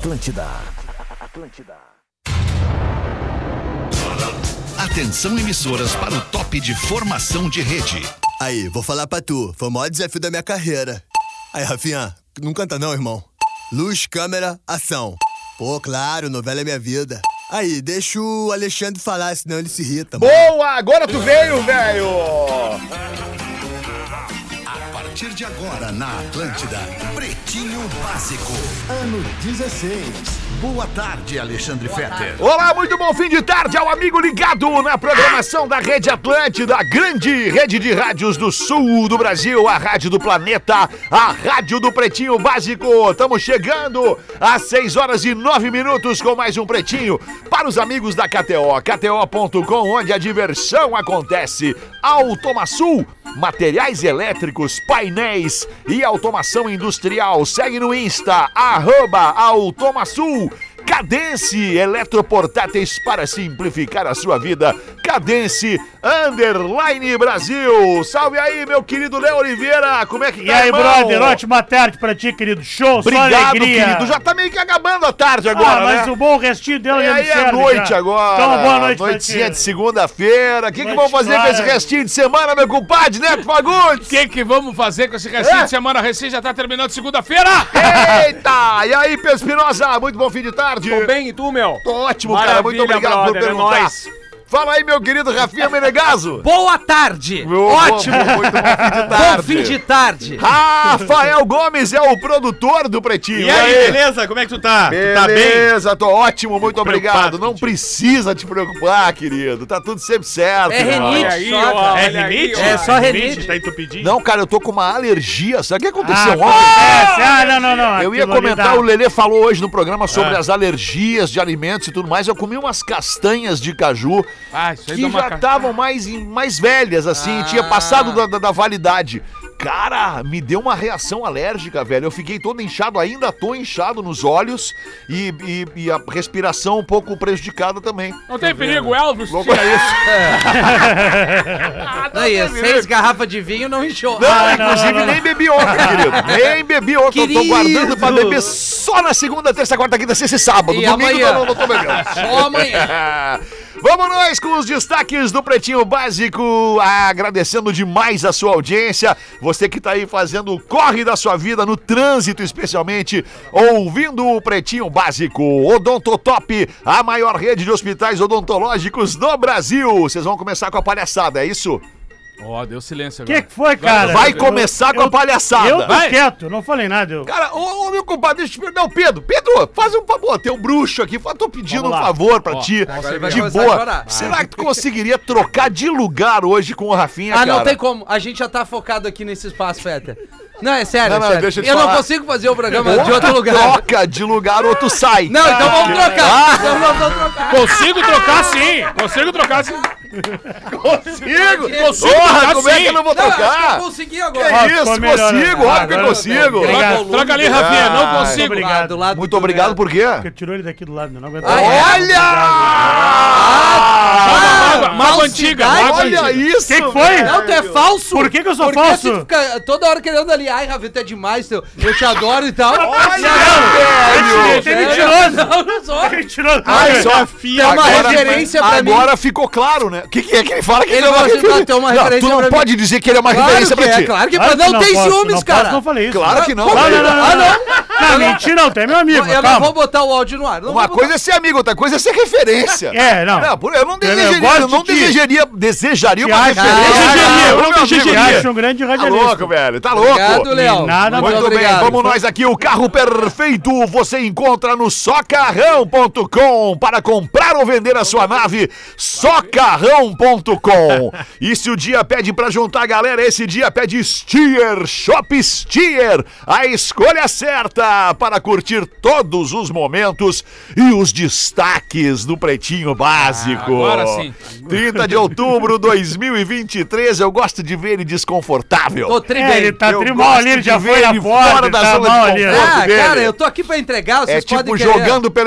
Atlântida. Atenção, emissoras, para o top de formação de rede. Aí, vou falar pra tu. Foi o maior desafio da minha carreira. Aí, Rafinha, não canta não, irmão. Luz, câmera, ação. Pô, claro, novela é minha vida. Aí, deixa o Alexandre falar, senão ele se irrita. Boa, agora tu veio, velho! A partir de agora, na Atlântida, Pretinho Básico. Ano 16. Boa tarde, Alexandre Fetter. Olá, muito bom fim de tarde ao amigo ligado na programação da Rede Atlântida, a grande rede de rádios do sul do Brasil, a rádio do planeta, a rádio do Pretinho Básico. Estamos chegando às 6h09 com mais um Pretinho para os amigos da KTO, KTO.com, onde a diversão acontece. Automaçul, materiais elétricos, painéis e automação industrial. Segue no Insta, @Automaçul. Cadence, eletroportáteis para simplificar a sua vida. Cadence _ Brasil. Salve aí, meu querido Léo Oliveira. Como é que tá, E aí, irmão? brother, ótima tarde pra ti, querido. Show, Obrigado, só alegria. querido. Já tá meio que acabando a tarde agora, mas né? o bom restinho dela E já aí me é serve noite já. agora. Então, boa noite pra Noitinha ti. de segunda-feira. O que Noite vamos fazer com clara. esse restinho de semana, meu compadre, Neto Fagundes? O que vamos fazer com esse restinho de semana? Recém já tá terminando segunda-feira. Eita! E aí, Pedro Espinosa, muito bom fim de tarde. Tô bem, e tu, meu? Tô ótimo, Maravilha, cara. Muito obrigado brother, por perguntar. é nóis. Fala aí, meu querido Rafinha Menegaso. Boa tarde! Ótimo. Muito bom fim de tarde. Bom fim de tarde! Rafael Gomes é o produtor do Pretinho. E aí, beleza? Como é que tu tá? Tu tá bem? Beleza, tô ótimo, muito obrigado. preocupado Não contigo. precisa te preocupar, querido. Tá tudo sempre certo. É irmão. renite. Olha aí, Só, ó, cara. olha É aí, rinite? ó. É só rinite. Tá entupidinho? Não, cara, eu tô com uma alergia. Sabe o que aconteceu ontem? Não. Eu ia aquilo ali comentar, dá. o Lelê falou hoje no programa sobre as alergias de alimentos e tudo mais. Eu comi umas castanhas de caju Ah, isso aí que dá uma já estavam mais velhas, assim, tinha passado da validade. Cara, me deu uma reação alérgica, velho. Eu fiquei todo inchado, ainda tô inchado nos olhos e a respiração um pouco prejudicada também. Não tem perigo, Elvis. Louco é isso. Aí, 6 garrafas de vinho não encheu. Não, inclusive nem bebi ontem, querido. Nem bebi ontem. Eu tô Querido. guardando pra beber só na segunda, terça, quarta, quinta, sexta e sábado. E Domingo amanhã? eu não tô bebendo. Só amanhã. Vamos nós com os destaques do Pretinho Básico, agradecendo demais a sua audiência, você que tá aí fazendo o corre da sua vida, no trânsito especialmente, ouvindo o Pretinho Básico. Odontotop, a maior rede de hospitais odontológicos do Brasil. Vocês vão começar com a palhaçada, é isso? Ó, deu silêncio O agora. que foi, cara? Vai começar com a palhaçada. Eu tô Vai. quieto, não falei nada. Cara, ô meu compadre, deixa eu te perguntar, não, Pedro, faz um favor, tem um bruxo aqui, tô pedindo um Vamos lá. favor pra ti, Agora ele vai de começar a boa. chorar. Será que tu conseguiria trocar de lugar hoje com o Rafinha, cara? Ah, não tem como. A gente já tá focado aqui nesse espaço, Feta. Não, é sério, Não, é sério. deixa eu te Eu falar. não consigo fazer o programa de outro lugar. Troca de lugar ou tu sai. Não, então vamos trocar. Então vamos trocar. Consigo trocar sim. Consigo trocar sim. Consigo! Consigo Porra, trocar como é que sim. eu não vou Não, acho que trocar? eu consegui Que agora. isso, ficou melhor, consigo, né? óbvio que Agora consigo. Obrigado. Troca ali, Rafinha. Não Ai, consigo. obrigado. Do lado Muito do obrigado, lugar. por quê? Porque tirou ele daqui do lado, não aguento. Ah, é? Olha! Mágoa antiga. Mágoa Olha antiga. isso! Que foi? Não, tu é falso. Por que eu sou Porque falso? tu fica toda hora querendo ali. Ai, Rafinha, tu é demais. Eu te adoro e tal. Olha, Ele velho! é mentiroso. Não, não sou. Ele tirou. Ai, só Tem uma referência pra mim. Agora ficou claro, né? O que é que ele fala que Ele é uma vai referência? ter uma Não, referência tu não pra mim. pode dizer que ele é uma Claro referência que pra é, ti. claro que Claro que não tem posso, ciúmes, não cara. Posso, não falei isso. Claro que não. Não, velho. Não, mentira não, tu é meu amigo, Eu não calma. vou botar o áudio no ar. Não Uma vou coisa é ser amigo, outra coisa é ser referência. É, não. Eu não desejaria, gosto eu não de ti. desejaria Te uma acho- referência. desejaria, Ô, eu não meu desejaria. amigo, Acho um grande Tá radialista. louco, velho, tá louco. Obrigado, Léo. Nada, Muito bem, obrigado. vamos nós aqui. O carro perfeito você encontra no socarrão.com. Para comprar ou vender a sua nave, socarrão.com. E se o dia pede pra juntar a galera, esse dia pede Stier, Shop Stier. A escolha certa para curtir todos os momentos e os destaques do Pretinho Básico. agora sim. 30 de outubro de 2023, eu gosto de ver ele desconfortável. Tô tri É, bem. ele tá Eu trimal gosto ali, ele de já ver foi na ele porta, fora ele da tá zona de mal ali. conforto. Ah, dele. cara, eu tô aqui pra entregar, É vocês tipo podem querer. jogando pela esquerda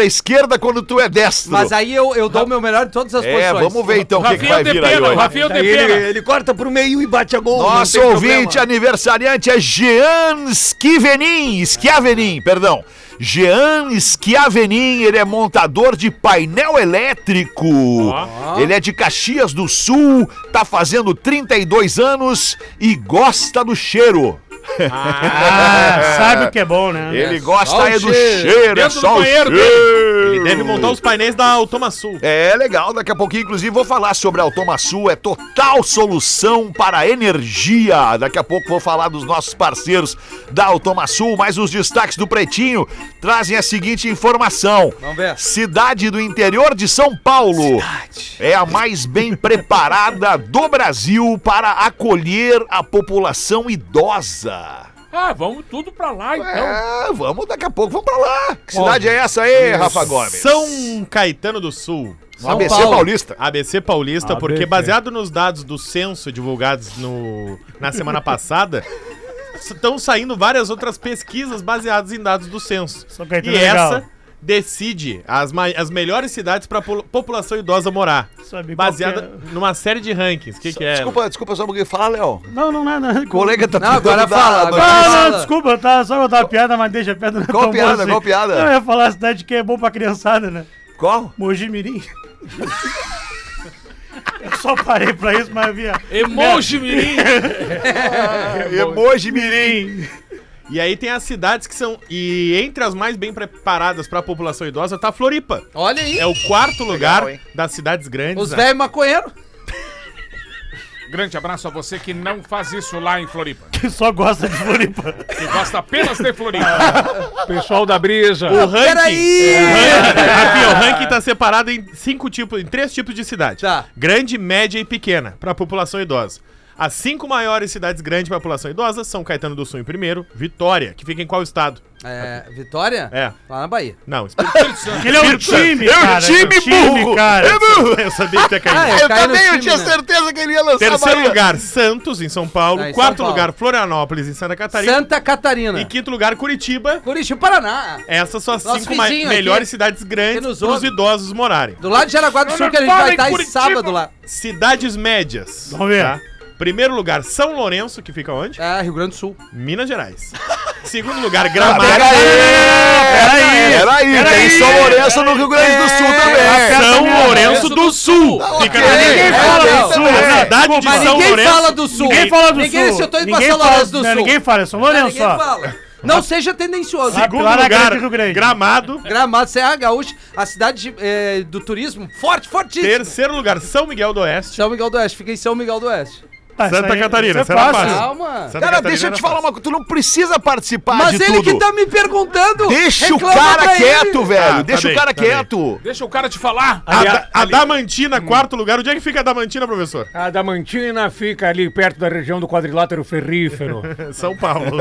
esquerda quando tu é destro. Mas aí eu dou o meu melhor em todas as posições. Vamos ver então o que vai vir aí hoje. Rafinha de Daí pena. ele corta pro meio e bate a gol. Nosso não tem ouvinte problema. aniversariante é Jean Schiavenin, perdão. Jean Schiavenin, ele é montador de painel elétrico. Ele é de Caxias do Sul, tá fazendo 32 anos e gosta do cheiro. Sabe o que é bom, né? Ele gosta só o do cheiro. cheiro, é Dentro só do o banheiro cheiro. Ele deve montar os painéis da Automaçul. É legal, daqui a pouquinho, inclusive, vou falar sobre a Automaçul, é total solução para a energia. Daqui a pouco vou falar dos nossos parceiros da Automaçul, mas os destaques do Pretinho trazem a seguinte informação. Vamos ver. Cidade do interior de São Paulo é a mais bem preparada do Brasil para acolher a população idosa. Ah, vamos tudo pra lá, então. Vamos, daqui a pouco, vamos pra lá. Que cidade é essa aí, Rafa Gomes? São Caetano do Sul. ABC Paulo. Paulista. ABC Paulista, ABC. porque baseado nos dados do censo divulgados na semana passada, estão saindo várias outras pesquisas baseadas em dados do censo. São Caetano E é legal. essa decide as melhores cidades para a população idosa morar. Sabe qual Baseada que é? numa série de rankings. O que é? Desculpa só um pouquinho. Fala, Léo. Não, nada. O colega tá Não, agora tentando fala, dar- agora Não, fala. desculpa, eu tava só contar uma piada, mas deixa a piada não é Qual tão boa piada? assim. Qual piada? Não, eu ia falar a cidade que é bom pra criançada, né? Qual? Mogi Mirim. Eu só parei pra isso, mas eu via... Emoji mirim. Emoji Mirim. E aí tem as cidades que são... E entre as mais bem preparadas para a população idosa tá Floripa. Olha aí. É o quarto lugar hein? das cidades grandes. Os velhos maconheiros. Grande abraço a você que não faz isso lá em Floripa. Que só gosta de Floripa. Que gosta apenas de Floripa. Pessoal da brisa. O ranking... Peraí! Rafinha, o ranking tá separado em três tipos de cidade. Tá. Grande, média e pequena, para a população idosa. As 5 maiores cidades grandes para a população idosa são Caetano do Sul em primeiro, Vitória, que fica em qual estado? Vitória? É. Lá na Bahia. Não, Espírito Santo. Ele é um time, É um cara. time burro. cara. É burro. Eu sabia que ia cair. Ah, nisso. Eu caí no também, eu time, tinha né? certeza que ele ia lançar Terceiro Bahia. lugar, Santos, em São Paulo. Ah, em Quarto São Paulo. lugar, Florianópolis, em Santa Catarina. Santa Catarina. E quinto lugar, Curitiba. Curitiba, Paraná. Essas são as Nosso 5 vizinho melhores aqui. cidades grandes Que nos para os ouve. idosos morarem. Do lado de Jaraguá do Sul, que a gente fala vai em estar esse Curitiba. sábado lá. Cidades médias. Vamos ver. Primeiro lugar, São Lourenço, que fica onde? Rio Grande do Sul. Minas Gerais. Segundo lugar, Gramado. Peraí, tem São Lourenço no Rio Grande do Sul também. São Lourenço do Sul. Fica na Ninguém Minas fala Gerais. do Sul, A cidade de Mas São ninguém Lourenço. fala do Sul. Ninguém fala do Ninguém, Sul. se eu tô indo pra Ninguém São fala- Lourenço do não, Sul. ninguém fala, é São Lourenço Ninguém só. fala. Não seja tendencioso. Segundo Lá na lugar, Grande Rio Grande. Gramado. Gramado, Serra Gaúcha, a cidade do turismo fortíssima. Terceiro lugar, São Miguel do Oeste. São Miguel do Oeste, fica em São Miguel do Oeste. Ah, Santa isso aí- Catarina, isso é será fácil. fácil. Calma. Santa Cara, Catarina deixa eu era te falar fácil. uma coisa. Tu não precisa participar Mas de ele tudo. que tá me perguntando. Deixa o Reclama cara pra quieto, ele. velho. Ah, Deixa tá o bem, cara tá bem. quieto. Deixa o cara te falar. A Damantina, quarto lugar. Onde é que fica a Damantina, professor? A Damantina fica ali perto da região do quadrilátero ferrífero. São Paulo.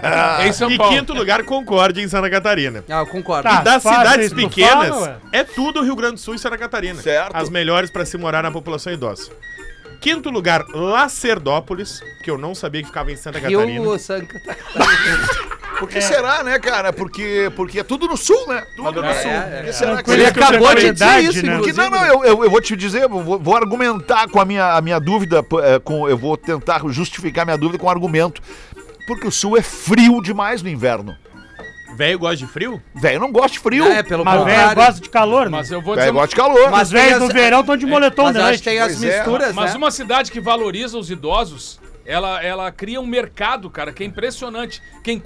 Em São E Paulo. quinto lugar, Concórdia, em Santa Catarina. Ah, eu concordo. Tá. Das fácil cidades isso que tu pequenas, fala, ué. é tudo Rio Grande do Sul e Santa Catarina. Certo. As melhores para se morar na população idosa. Quinto lugar, Lacerdópolis, que eu não sabia que ficava em Santa Catarina. Rio Santa Catarina. Por que será, né, cara? Porque é tudo no sul, né? Tudo no sul. Por que será que Ele Coisa que acabou de dizer tranquilidade, isso, né? Porque, inclusive. não, eu vou te dizer, eu vou argumentar com a minha dúvida, eu vou tentar justificar minha dúvida com um argumento. Porque o sul é frio demais no inverno. Velho gosta de frio? Velho, não gosta de frio. Pelo Mas velho contrário. gosta de calor, né? Mas eu vou dizer. Velho gosta de calor. Mas Os velhos tem no as- verão estão de moletom, Mas né? eu acho que tem as Pois é. misturas, Mas né? uma cidade que valoriza os idosos, ela cria um mercado, cara, que é impressionante.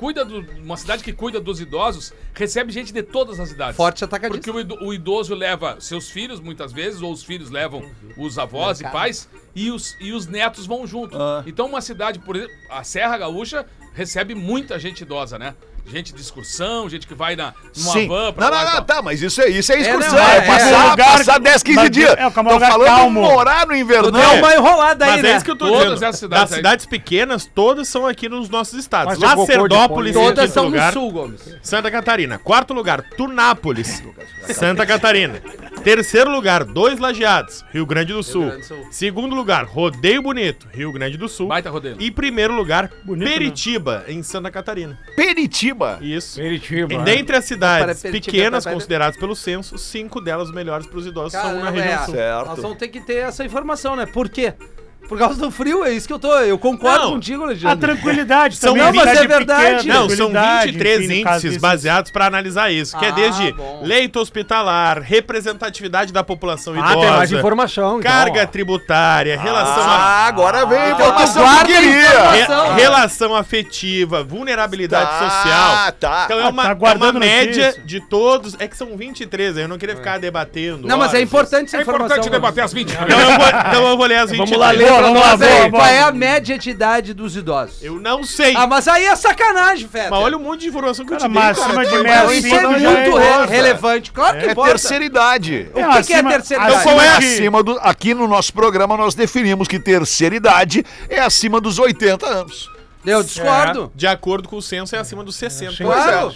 Uma cidade que cuida dos idosos, recebe gente de todas as idades. Forte atacadista. Porque o idoso leva seus filhos, muitas vezes, ou os filhos levam os avós e pais, e os netos vão junto. Então uma cidade, por exemplo, a Serra Gaúcha recebe muita gente idosa, né? Gente de excursão, gente que vai numa Sim. van pra lá e Não, tal. tá, mas isso é excursão. não, é Passar 10, 15 mas dias. é um Tô lugar falando calmo. morar no invernão. Deu uma enrolada aí, Mas né? é isso que eu tô Todas dizendo. essas cidades Das aí. cidades pequenas, todas são aqui nos nossos estados. Mas é cocô de Lacerdópolis, pão, em Todas quinto são lugar. no sul, Gomes. Santa Catarina. Quarto lugar, Tunápolis, Santa Catarina. Terceiro lugar, 2 Lajeados, Rio Grande do Sul. Grande do Sul. Segundo lugar, Rodeio Bonito, Rio Grande do Sul. Baita rodeio. E primeiro lugar, Bonito, Peritiba, em Santa Catarina. Peritiba. Isso. Peritiba. E dentre as cidades Para Peritiba, pequenas para- consideradas pelo censo, 5 delas melhores para os idosos são na Caramba, região sul. Nós vamos ter que ter essa informação, né? Por quê? Por causa do frio, é isso que eu tô. Eu concordo Não, contigo, A Alexandre. tranquilidade São também. não, mas cidade é verdade. pequena, Não, são tranquilidade, 23 enfim, no caso índices desses- baseados para analisar isso, que é desde bom. leito hospitalar, representatividade da população idosa, tem mais informação. então, carga ó. tributária, relação a Agora vem a tu informação guarda que a queria. informação. relação afetiva, vulnerabilidade social. Tá. Então é Ah, uma, tá é uma guardando média notícia. de todos. É que são 23, eu não queria ficar debatendo. Não, mas é horas. importante essa É informação. importante debater as 20. Então eu vou ler as 23. Vamos lá ler Boa, pra vamos lá, nós boa, aí. boa. Qual é a média de idade dos idosos? Eu não sei. Ah, mas aí é sacanagem, Feta. Mas olha um monte de informação que eu Cara, te dei, mas cara. acima de Tu- meia Isso é acima já muito é- relevante. Claro que É importa. terceira idade. O que que é terceira idade? Então, qual é acima de- acima do. Aqui no nosso programa nós definimos que terceira idade é acima dos 80 anos. Eu discordo. De acordo com o censo, é acima dos 60. Claro.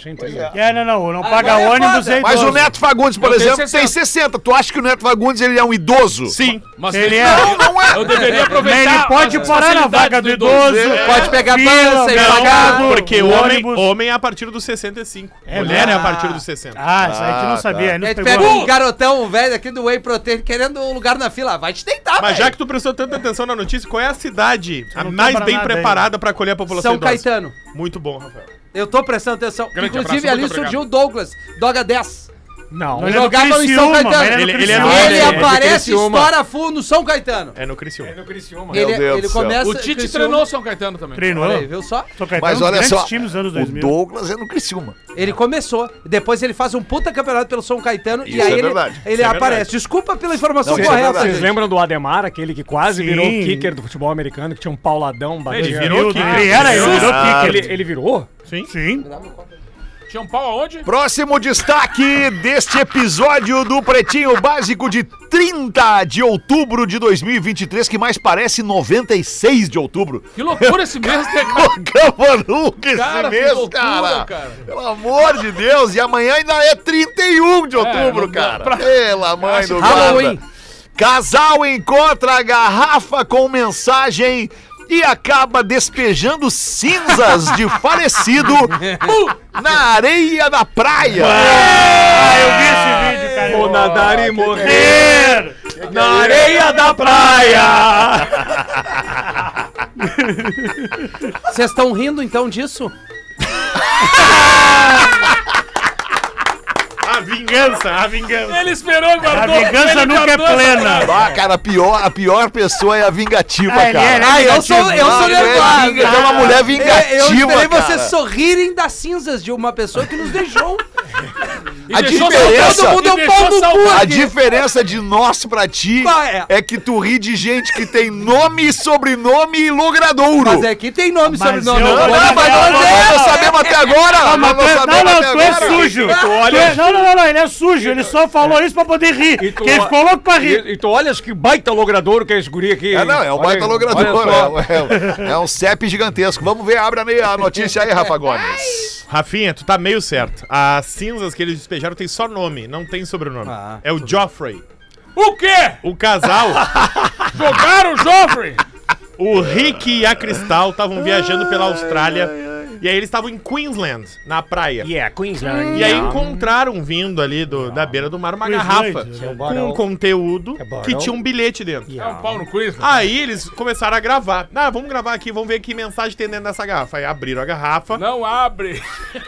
Não Agora paga é ônibus foda. é Mas idoso. o Neto Fagundes, por Eu tenho exemplo, tem 60. Tu acha que o Neto Fagundes ele é um idoso? Sim. Mas Ele tem- é. Não é. Eu deveria aproveitar. Ele pode as parar na facilidades vaga do idoso. Pode pegar fila, dança e pagar. Porque o homem, ônibus. homem é a partir dos 65. É Mulher é a mesmo? partir dos 60. Ah, isso aí a gente não sabia. aí E nos aí tu pegou. pega um garotão, um velho aqui do Whey Protein querendo um lugar na fila. Vai te deitar, Mas velho. já que tu prestou tanta atenção na notícia, qual é a cidade a não mais tá pra bem nada preparada para acolher a população São idosa? Caetano. Muito bom, Rafael. Eu tô prestando atenção. Grande Inclusive, abraço, ali muito surgiu o Douglas, Doga 10. Não. Ele é do Jogava no São Criciúma, Caetano. mas Ele- do ele é Criciúma. no- Ele é de aparece e Criciúma. estoura full no São Caetano. É no Criciúma. Ele, Deus ele do céu. começa... O Tite Criciúma. treinou o São Caetano também. Treinou. Olha aí, viu só? São Caetano, Mas olha grandes só, times dos anos o 2000. Douglas é no Criciúma. Ele começou, depois ele faz um puta campeonato pelo São Caetano e Isso aí é ele, verdade. ele Isso é aparece. verdade. Desculpa pela informação Não, isso é correta. verdade. Vocês gente. lembram do Ademar, aquele que quase Sim. virou kicker do futebol americano, que tinha um pauladão batendo? Ele virou kicker. Ele era, ele virou Ah, kicker. Ele virou? Sim. Tinha um pau aonde? Próximo destaque deste episódio do Pretinho Básico de 30 de outubro de 2023, que mais parece 96 de outubro. Que loucura esse mês, né, cara? Colocamos nunca esse Cara, que mês, loucura, cara. cara. Pelo amor de Deus. E amanhã ainda é 31 de outubro, não dá cara. pra- Pela mãe do Halloween. guarda. Casal encontra a garrafa com mensagem e acaba despejando cinzas de falecido na areia da praia. Ah, eu vi esse vídeo, cara. Vou nadar e morrer Na areia da praia. Vocês estão rindo então disso? A vingança, a vingança. Ele esperou, A guardou. vingança ele nunca é guardou essa plena. frase. Ah, cara, a pior pessoa é a vingativa, Ah, ele cara. é, né? Ah, eu sou Ah, nervoso. é uma mulher Eu vingativa, esperei cara. vocês sorrirem das cinzas de uma pessoa que nos deixou. A deixou diferença- Todo mundo é um pau no cu A aqui. diferença de nós pra ti Qual é? é que tu ri de gente que tem nome, sobrenome e logradouro. Mas aqui tem nome, Mas sobrenome. eu- Não, mas nós não sabemos até agora. Ah, mas Nós tu é, sabemos não, até tu é agora. sujo. tu olha- Tu é- não, ele é sujo. Ele só falou isso pra poder rir. E tu- Porque ele ficou louco pra rir. E tu olhas que baita logradouro que é esse guri aqui. É, hein? não, é um Olha baita aí, logrador. olha só. É um CEP gigantesco. Vamos ver, abre a notícia aí, Rafa Gomes. Rafinha, tu tá meio certo. As cinzas que eles despejaram tem só nome, não tem sobrenome. Ah, É o Joffrey. O quê? O casal, Jogaram o Joffrey? o Rick e a Cristal, estavam viajando pela Austrália. E aí eles estavam em Queensland, na praia. Yeah, Queensland. E aí encontraram vindo ali da beira do mar uma Queensland, garrafa né? com um conteúdo barão. que tinha um bilhete dentro. É um pau no quiz. Aí eles começaram a gravar. Ah, vamos gravar aqui, vamos ver que mensagem tem dentro dessa garrafa. Aí abriram a garrafa Não abre.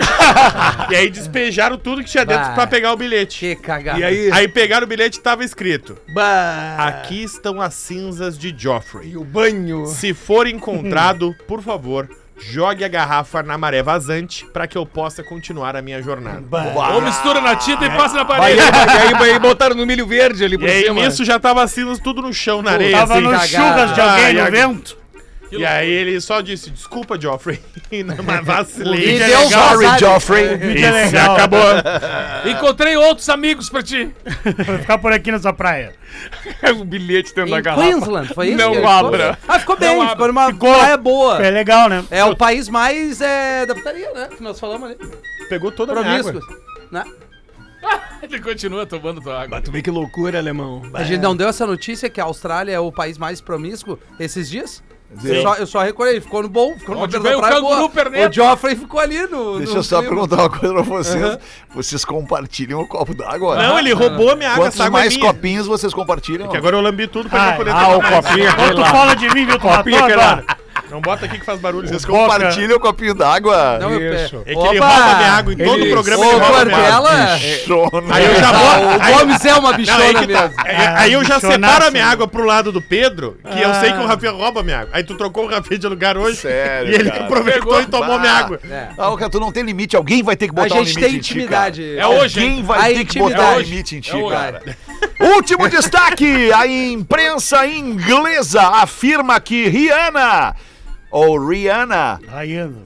e aí despejaram tudo que tinha dentro Bah. pra pegar o bilhete. Que cagada. E aí? Aí pegaram o bilhete e tava escrito: Bah. aqui estão as cinzas de Joffrey. E o banho. Se for encontrado, por favor, jogue a garrafa na maré vazante pra que eu possa continuar a minha jornada. Ou mistura na tinta e passa na Aí, parede. aí botaram no milho verde ali E por aí cima. nisso já tava as cinzas tudo no chão, na areia. Tava assim. no cagada. churras de alguém no Ai, vento. E aí ele só disse: desculpa, Joffrey. Mas vacilei. E vídeo é deu legal. Sorry, vazado. Joffrey. Vídeo é Isso, legal. acabou. Encontrei outros amigos pra ti. Vai ficar por aqui nessa praia. o bilhete dentro da Em garrafa. Queensland, foi isso? Não que ele abra. ficou? Ah, ficou bem, Não ficou numa Ficou. praia boa. É legal, né? É o país mais da putaria, né? Que nós falamos ali. Pegou toda a minha água. Promíscuo. Né? Ele continua tomando tua água. Tu vê que loucura, alemão. A gente não deu essa notícia que a Austrália é o país mais promíscuo esses dias? Sim. Eu só recolhei, ficou no bom, ficou Onde no veio o canguru perneta. O Joffrey ficou ali no. Deixa no eu só clima. perguntar uma coisa pra vocês. Vocês compartilham o copo d'água? Não, ele roubou a minha água, Quantos essa água é mais minha. copinhos vocês compartilham? Que agora eu lambi tudo pra não poder o tomar mais. copinho Quando aquele tu lá. fala de mim, viu? Tu matou Copinho aquele agora. lá. Não bota aqui que faz barulho. Vocês Vocês compartilham o copinho d'água? Não, Isso. É que ele rouba minha água em todo o programa. Ô, Ele rouba minha água. Cortella. Bichona. Aí eu já vou. O Gomes é uma Não, bichona aí que tá. mesmo. Aí eu já bichonaça. separo a minha água pro lado do Pedro, que eu sei que o Rafinha rouba a minha água. Aí tu trocou o Rafinha de lugar hoje. Sério, e ele cara. aproveitou e tomou minha água. É. Ah, cara, tu não tem limite. Alguém vai ter que A botar um gente limite tem em ti, intimidade. cara. É hoje, Alguém hein? vai A ter que botar um intimidade. limite em ti, É hoje. cara. Último destaque. A imprensa inglesa afirma que Rihanna... Ou Rihanna... Raiano.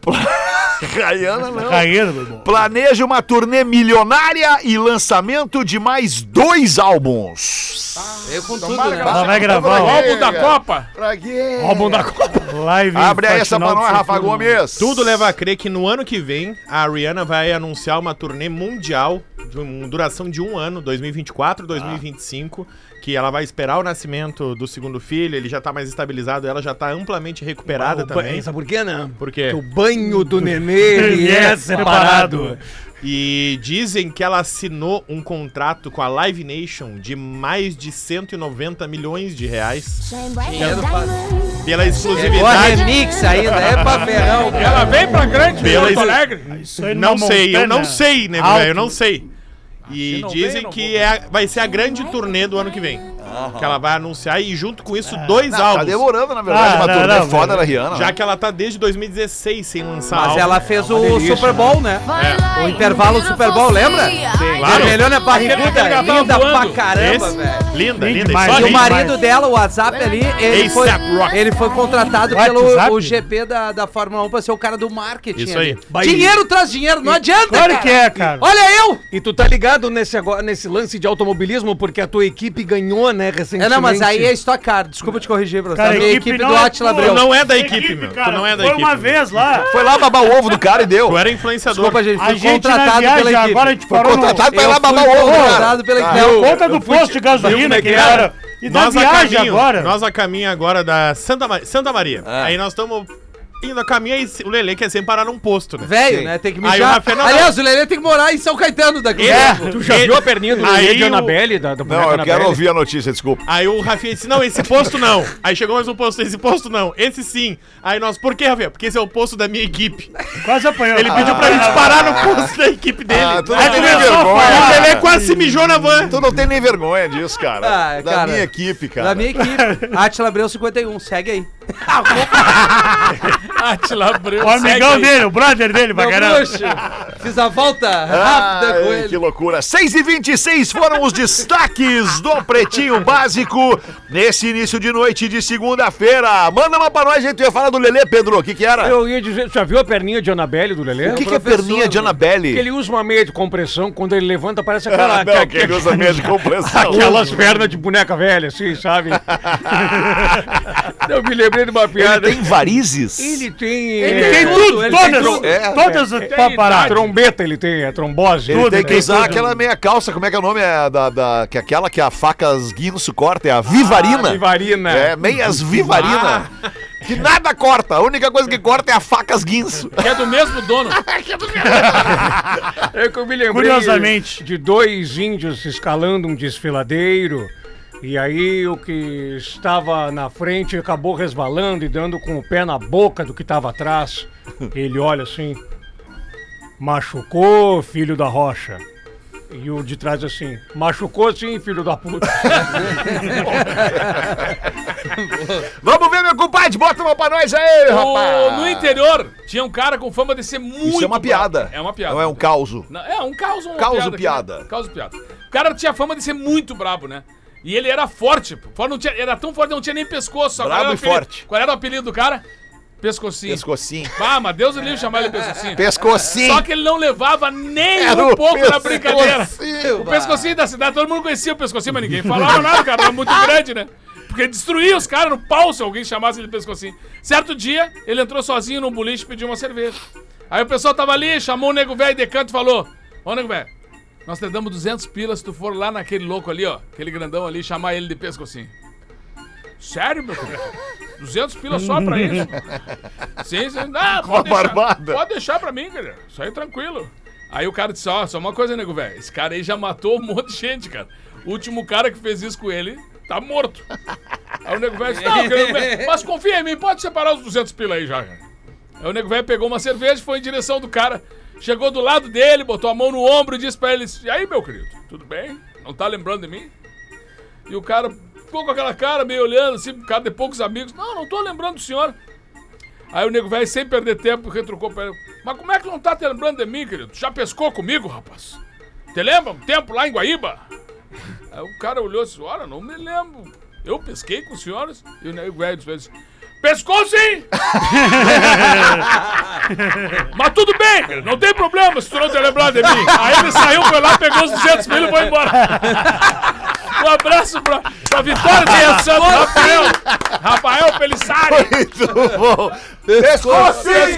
Rihanna não. Raiano, meu irmão. Planeja uma turnê milionária e lançamento de mais 2 álbuns. Eu com Então tudo, marca né? lá. Ela vai gravar O o álbum da Copa. Pra quê? Álbum da Copa. live. Abre aí essa pra Faxinal nós, do Rafa Futuro. Gomes. Tudo leva a crer que no ano que vem a Rihanna vai anunciar uma turnê mundial de uma duração de 1 ano, 2024, 2025, que ela vai esperar o nascimento do segundo filho, ele já tá mais estabilizado, ela já tá amplamente recuperada também. Sabe por quê, né? Por quê? Porque o banho do nenê ele é separado. E dizem que ela assinou um contrato com a Live Nation de mais de 190 milhões de reais pela Boa exclusividade. remix ainda, é pra ferrão, cara. Ela vem pra grande Pela Porto Alegre. Isso aí Não numa sei, eu montanha não sei, né, alto. velho? Eu não sei. E se não dizem vem, não que vai ser a grande turnê do ano que vem. Que ela vai anunciar e junto com isso 2 Tá álbuns. demorando, na verdade, uma não, turnê não, foda mas- da Rihanna. Já né? que ela tá desde 2016 sem lançar Mas álbum. ela fez uma o delícia, Super Bowl, né? É. O intervalo do Super Bowl, lembra? Sim, claro. Vermelhona barriguda, Aquele que ela linda tava pra voando. caramba, Esse- velho. Linda, Lindo linda. demais. só E o linda. marido dela, o WhatsApp ali, ele foi contratado pelo WhatsApp? o GP da Fórmula 1 pra ser o cara do marketing. Isso ali. aí. Dinheiro traz dinheiro, não adianta, Claro que é, cara. Olha eu! E tu tá ligado nesse lance de automobilismo porque a tua equipe ganhou, né, recentemente. Não, mas aí é Stock Car. Desculpa te corrigir, professor. Cara, A minha equipe não do é Atila tua. Abreu. Tu não é da equipe, meu. Tu cara. não é da Foi equipe. uma vez lá. Foi lá babar o ovo do cara e deu. Tu era influenciador. Desculpa, gente. A Fui gente na contratado pela viagem, equipe. agora a gente Foi parou no... contratado pra ir Eu lá fui babar o ovo, contratado pela equipe. Deu conta do posto de gasolina que era. E da viagem agora. Nós a caminho agora da Santa Maria. Aí nós estamos indo a caminho e o Lelê quer sempre parar num posto, né? Velho, Sim. né? Tem que Aí o mijar. Rafael não- Aliás, o Lelê tem que morar em São Caetano daqui. Tu já viu a perninha do Aí Lelê de o- Annabelle, da boneca Não, eu Annabelle? quero ouvir a notícia, desculpa. Aí o Rafinha disse, não, esse posto não. Aí chegou mais um posto, esse posto não. Esse sim. Aí nós, por que, Rafinha? Porque esse é o posto da minha equipe. Quase apanhou. Ele pediu pra gente parar no posto da equipe dele. Ah, tu não Aí tem tu nem começou a vergonha. falar. E o Lelê cara. quase se mijou na van. Tu não tem nem vergonha disso, cara. Ah, Da cara. minha equipe, cara. Da minha equipe. Atila Abreu 51. Segue aí. Atila Abreu. O amigão segue aí. dele, o brother dele, pra Meu caramba. bruxo. Fiz a volta rápida com Ai, ele. que loucura. 6h26 foram os destaques do Pretinho Básico nesse início de noite de segunda-feira. Manda uma pra nós, gente. Tu ia falar do Lelê, Pedro. O que que era? Eu ia dizer, já viu a perninha de Annabelle do Lelê? O que que é perninha de Annabelle? Que ele usa uma meia de compressão, quando ele levanta parece aquela... Ah, não, que ele usa meia de compressão. Aquelas pernas de boneca velha, assim, sabe? Eu me lembrei de uma Ele piada. tem varizes? Ele tem... Ele Tem tudo, ele tem todas. tudo. É. Todas pra parar. Trombeta ele tem, é trombose. Ele tem que tem usar tudo. aquela meia calça, como é que é o nome? É que aquela que a facas guinso corta, é a Vivarina. Vivarina. É, meias Vivarina. Que nada corta, a única coisa que corta é a facas guinso. Que é do mesmo dono. É que eu me lembrei Curiosamente. de 2 índios escalando um desfiladeiro. E aí o que estava na frente acabou resvalando e dando com o pé na boca do que estava atrás. Ele olha assim, machucou, filho da rocha. E o de trás assim, machucou sim, filho da puta. Vamos ver, meu compadre, bota uma pra nós aí, rapaz. No interior, tinha um cara com fama de ser muito... Isso é uma piada. brabo. É uma piada. Não é um causo. Não, é um caos, uma Causo piada. piada. Aqui, né? Causo piada. O cara tinha fama de ser muito brabo, né? E ele era forte. Não tinha, era tão forte que não tinha nem pescoço. Qual Brabo era o e apelido? forte. Qual era o apelido do cara? Pescocinho. Pescocinho. Ah, mas Deus o livre chamar ele de pescocinho. Pescocinho. Só que ele não levava nem Era um o pouco na brincadeira. pescocinho. O pescocinho da cidade, todo mundo conhecia o pescocinho, mas ninguém falava nada, cara. Era muito grande, né? Porque destruía os caras no pau se alguém chamasse ele de pescocinho. Certo dia, ele entrou sozinho num boliche e pediu uma cerveja. Aí o pessoal tava ali, chamou o nego velho de canto e falou: Ô nego velho, nós te damos 200 pilas se tu for lá naquele louco ali, ó, aquele grandão ali, chamar ele de pescocinho. Sério, meu querido? 200 pilas só pra isso? Sim. Não, pode deixar pra mim, cara. Isso aí tranquilo. Aí o cara disse, ó, só uma coisa, nego velho. Esse cara aí já matou um monte de gente, cara. O último cara que fez isso com ele tá morto. Aí o nego velho disse, não, mas confia em mim, pode separar os 200 pilas aí já, cara. Aí o nego velho pegou uma cerveja, foi em direção do cara, chegou do lado dele, botou a mão no ombro e disse pra ele, e aí, meu querido, tudo bem? Não tá lembrando de mim? E o cara ficou com aquela cara, meio olhando assim, cara de poucos amigos, não tô lembrando do senhor. Aí o nego velho, sem perder tempo, retrucou pra ele, mas como é que não tá te lembrando de mim, querido? Tu já pescou comigo, rapaz? Te lembra um tempo lá em Guaíba? Aí o cara olhou e disse, olha, não me lembro. Eu pesquei com os senhores? E o nego velho disse, pescou sim! Mas tudo bem, cara, não tem problema se tu não te lembrar de mim. Aí ele saiu, foi lá, pegou os 200 mil e foi embora. Um abraço pra Vitória de Santo Rafael Pelissari. Muito bom. Pescou sim!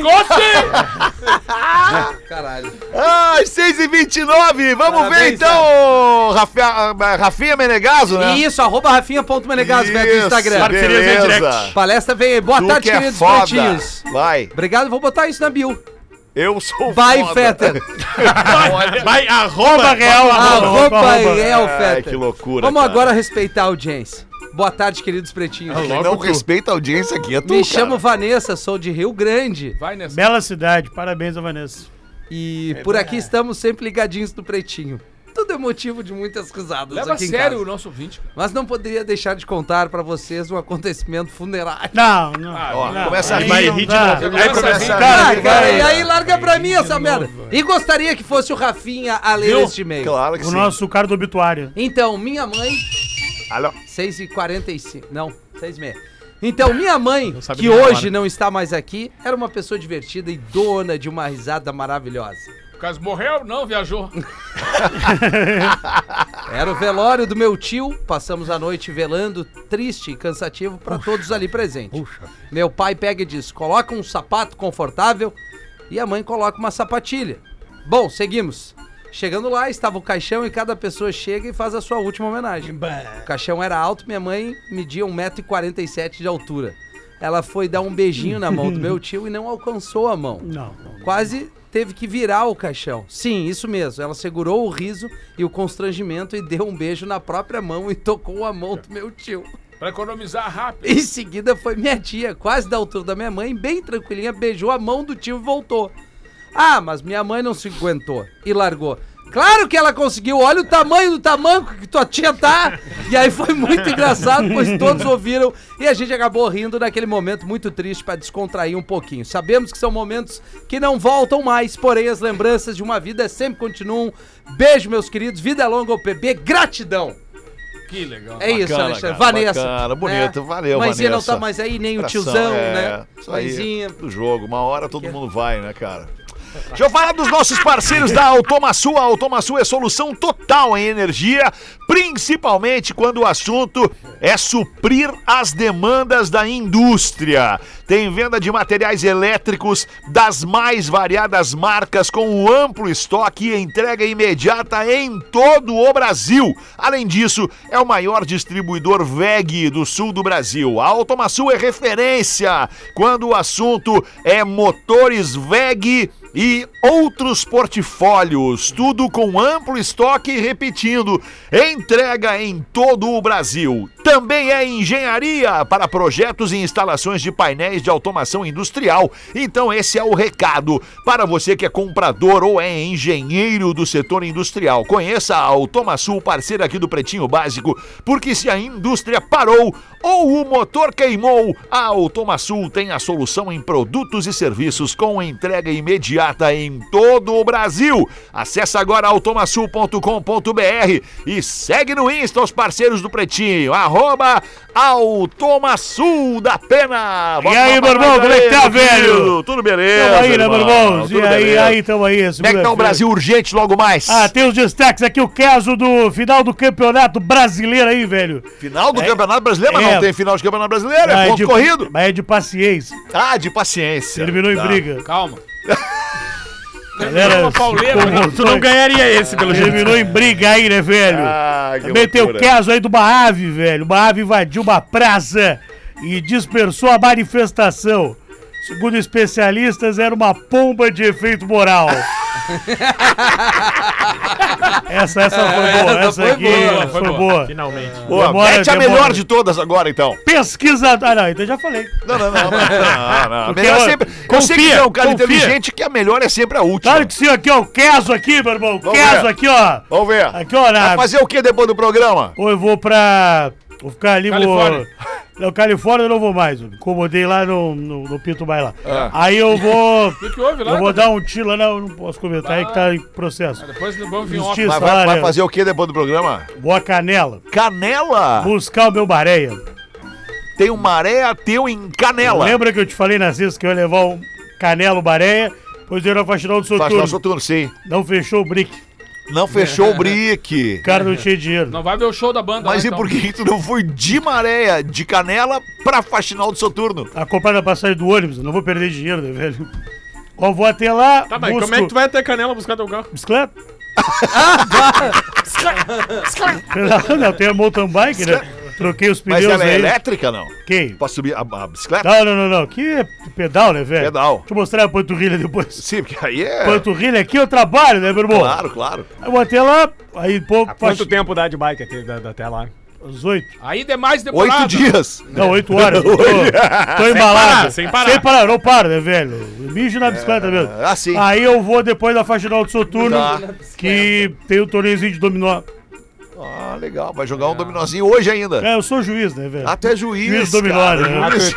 Caralho. Ai, 6h29, vamos ver Parabéns, então, Rafinha Menegaso, né? Isso, @rafinha.menegaso, velho, do Instagram. Parcerias em direct. Palestra vem aí. Boa Tu tarde, que é queridos foda. pretinhos. Vai. Obrigado, vou botar isso na bio. Eu sou Vai, foda. Fetter. Vai, arroba real, Arroba real, Ai, Fetter. que loucura, Vamos cara. agora respeitar a audiência. Boa tarde, queridos pretinhos. Quem não respeita a audiência aqui é tu, Me cara. chamo Vanessa, sou de Rio Grande. Vai nessa. Bela cidade, parabéns a Vanessa. E por aqui estamos sempre ligadinhos no Pretinho. Tudo é motivo de muitas risadas Leva a aqui em sério casa. o nosso ouvinte, cara. Mas não poderia deixar de contar pra vocês um acontecimento funerário. Não. Ó, não. começa a Aí rir. não rir de dá. novo. Aí começa a Ah, rir. cara, e aí larga pra mim essa merda. E gostaria que fosse o Rafinha a ler este e-mail. Claro que O sim. nosso cara do obituário. Então, minha mãe... Alô? 6h45. Não, 6h30. Então, minha mãe, sabe que nem a hoje hora. não está mais aqui, era uma pessoa divertida e dona de uma risada maravilhosa. O caso morreu? Não, viajou. Era o velório do meu tio, passamos a noite velando, triste e cansativo para todos ali presentes. Meu pai pega e diz, coloca um sapato confortável, e a mãe coloca uma sapatilha. Bom, seguimos. Chegando lá, estava o caixão e cada pessoa chega e faz a sua última homenagem. O caixão era alto, minha mãe media 1,47 m de altura. Ela foi dar um beijinho na mão do meu tio e não alcançou a mão. Não. Quase teve que virar o caixão. Sim, isso mesmo. Ela segurou o riso e o constrangimento e deu um beijo na própria mão e tocou a mão do meu tio. Pra economizar rápido. Em seguida foi minha tia, quase da altura da minha mãe, bem tranquilinha, beijou a mão do tio e voltou. Ah, mas minha mãe não se aguentou e largou. Claro que ela conseguiu, olha o tamanho do tamanco que tua tia tá. E aí foi muito engraçado, pois todos ouviram e a gente acabou rindo naquele momento muito triste pra descontrair um pouquinho. Sabemos que são momentos que não voltam mais, porém as lembranças de uma vida sempre continuam. Beijo, meus queridos, vida longa ao PB, gratidão. Que legal. É isso, Bacana, Alexandre. cara, Vanessa. bacana, bonito, valeu, Mãezinha Vanessa. não tá mais aí, nem o Abração, tiozão, né? Isso aí, Mãezinha. do jogo. Uma hora todo mundo vai, né, cara? Deixa eu falar dos nossos parceiros da Automaçu. A Automaçu é solução total em energia, principalmente quando o assunto é suprir as demandas da indústria. Tem venda de materiais elétricos das mais variadas marcas com um amplo estoque e entrega imediata em todo o Brasil. Além disso, é o maior distribuidor VEG do sul do Brasil. A Automaçu é referência quando o assunto é motores VEG e outros portfólios, tudo com amplo estoque e, repetindo, entrega em todo o Brasil. Também é engenharia para projetos e instalações de painéis de automação industrial. Então esse é o recado para você que é comprador ou é engenheiro do setor industrial. Conheça a Automaçu, parceira aqui do Pretinho Básico, porque se a indústria parou ou o motor queimou, a Automaçu tem a solução em produtos e serviços com entrega imediata em todo o Brasil. Acesse agora automaçu.com.br e segue no Insta os parceiros do Pretinho, @Automaçu da Pena. E aí, meu irmão, como é que tá, velho? Tudo beleza, Tamo aí, né, meu irmão? Tudo E aí, beleza. tamo aí. Como é que tá o segunda-feira. Brasil urgente logo mais? Ah, tem os destaques aqui, o caso do final do Campeonato Brasileiro aí, velho. Final do Campeonato Brasileiro, mas É. não tem final de Campeonato Brasileiro, é ponto de, corrido. Mas é de paciência. Ah, de paciência. Terminou em Tá. briga. Calma. Galera, Tu não ganharia esse, pelo jeito. terminou em briga aí, né, velho? que Também tem o loucura. caso aí de uma ave, velho. Uma ave invadiu uma praça e dispersou a manifestação. Segundo especialistas, era uma pomba de efeito moral. essa foi boa. Essa foi aqui boa, foi boa. Finalmente. Boa, Demora, mete a demora. melhor de todas agora, então. Pesquisador. Ah, não, então já falei. Não. A Porque, melhor ó, sempre. Eu sei que confia, tu é um cara confia. inteligente que a melhor é sempre a última. Claro que sim, aqui, ó. O Queso aqui, meu irmão. Vamos Queso ver. aqui, ó. Vamos ver. Aqui, ó. Vai fazer o que depois do programa? Ou eu vou pra. Vou ficar ali, Califórnia. vou. Não, Califórnia eu não vou mais. Eu me incomodei lá no Pinto Baila. Ah. Aí eu vou. O que houve lá? Eu vou dar um tiro lá, não, eu não posso comentar aí que tá em processo. Depois vamos vir Justiça. off. Vai fazer o que depois do programa? Vou a Canela. Canela! Buscar o meu Bareia. Tem um maré teu em Canela. Lembra que eu te falei na sexta que eu ia levar um Canela, o Bareia? Depois eu era faxinal do Faz Soturno. nosso turno, sim. Não fechou o brick. Não fechou o brick. O cara não tinha dinheiro. Não vai ver o show da banda Mas lá, e por que tu não foi de Maréia, de Canela, pra Faxinal do Soturno? A comprar da passagem do ônibus, eu não vou perder dinheiro, né, velho? Ó, vou até lá. Tá, mas como é que tu vai até Canela buscar teu carro? Bicicleta? Não, tem a mountain bike, né? Troquei os Mas pneus ela é aí. elétrica, não? Quem? Posso subir a bicicleta? Não. Aqui é pedal, né, velho? Pedal. Deixa eu mostrar a panturrilha depois. Sim, porque aí é... Panturrilha aqui eu trabalho, né, meu irmão? Claro. Aí eu vou até lá, aí pouco. Quanto tempo dá de bike até lá? Às 8. Aí demais demorado. 8 dias. Não, 8 horas. Tô embalado. Sem parar. Sem parar, não paro, né, velho? Mijo na bicicleta mesmo. Assim. Aí eu vou depois da Faxinal do Soturno, Tá. que tem o torneiozinho de dominó. Ah, legal. Vai jogar um dominozinho hoje ainda. É, eu sou juiz, né, velho? Até juiz, Juiz dominó, cara. né? Juiz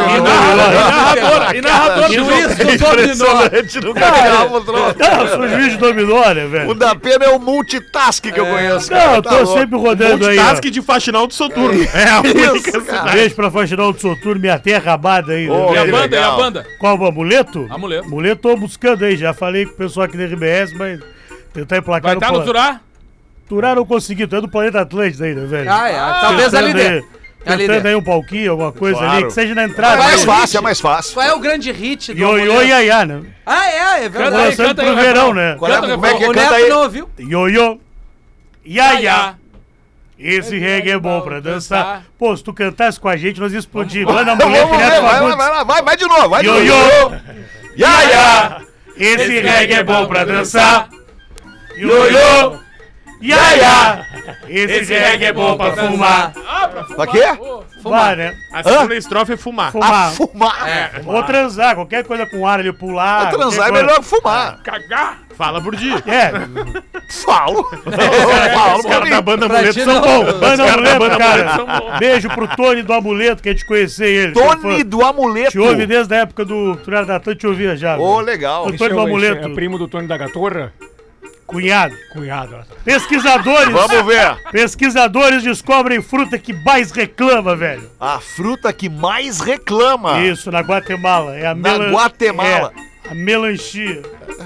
E narrador do jogo. Juiz do dominó. Impressionante, nunca ganhava o troço. Não, eu sou juiz de dominó, né, O velho? da Pena é o multitask que eu conheço, cara. Não, eu Tá tô louco. sempre rodando aí. Multitask de Faxinal do Soturno. É a única Isso, cara. Beijo pra Faxinal do Soturno, minha terra amada aí. Ô, né, E a velho? banda, e a legal. banda? Qual o amuleto? Amuleto. Amuleto tô buscando aí, já falei com o pessoal aqui da RBS, mas tentar emplacar Vai estar no Turá? Turar não consegui, tu é do Planeta Atlântida ainda, velho. Talvez ali Tentando dentro. Ali Tentando dentro. aí um palquinho, alguma coisa Claro. ali, que seja na É entrada. mais né? fácil, é mais fácil. Qual é o grande hit do Ioiô amuleto? Iaiá, né? É Canta verdade. aí, Lançando canta aí pro o verão, refrão. né? Qual é, Canta, como é que O canta Neto aí? não ouviu? Ioiô Iaiá. Esse Esse reggae é bom pra dançar. Pô, se tu cantasse com a gente, nós ia explodir. Lá na Vamos mulher ver, Neto vai Fagundes. lá, vai de novo, vai de novo. Ioiô Iaiá. Esse reggae é bom pra dançar. Ioiô Iaiá. Esse reggae é bom pra fumar. Pra quê? Fumar, né? A segunda estrofe é fumar. Fumar. Fumar. Ou transar, qualquer coisa com ar ali, pular. Transar é qualquer melhor que fumar. Cagar. Fala por dia. coisa. É, Falo. Falo Os por caras mim. da banda Pra Amuleto ti são não. bons. Banda Os caras da Amuleto, banda cara. Amuleto são bons. Beijo pro Tony do Amuleto, que a gente conhecer ele. Sou Tony fã. do Amuleto. Te ouve desde a época do Turara da Tante, te ouvia já. Ô, velho. legal. O Tony do Amuleto, É primo do Tony da Gatorra? cunhado. Cunhado. Pesquisadores. Vamos ver. Pesquisadores descobrem fruta que mais reclama, velho. A fruta que mais reclama. Isso, na Guatemala. É a Na Guatemala. É, a melancia.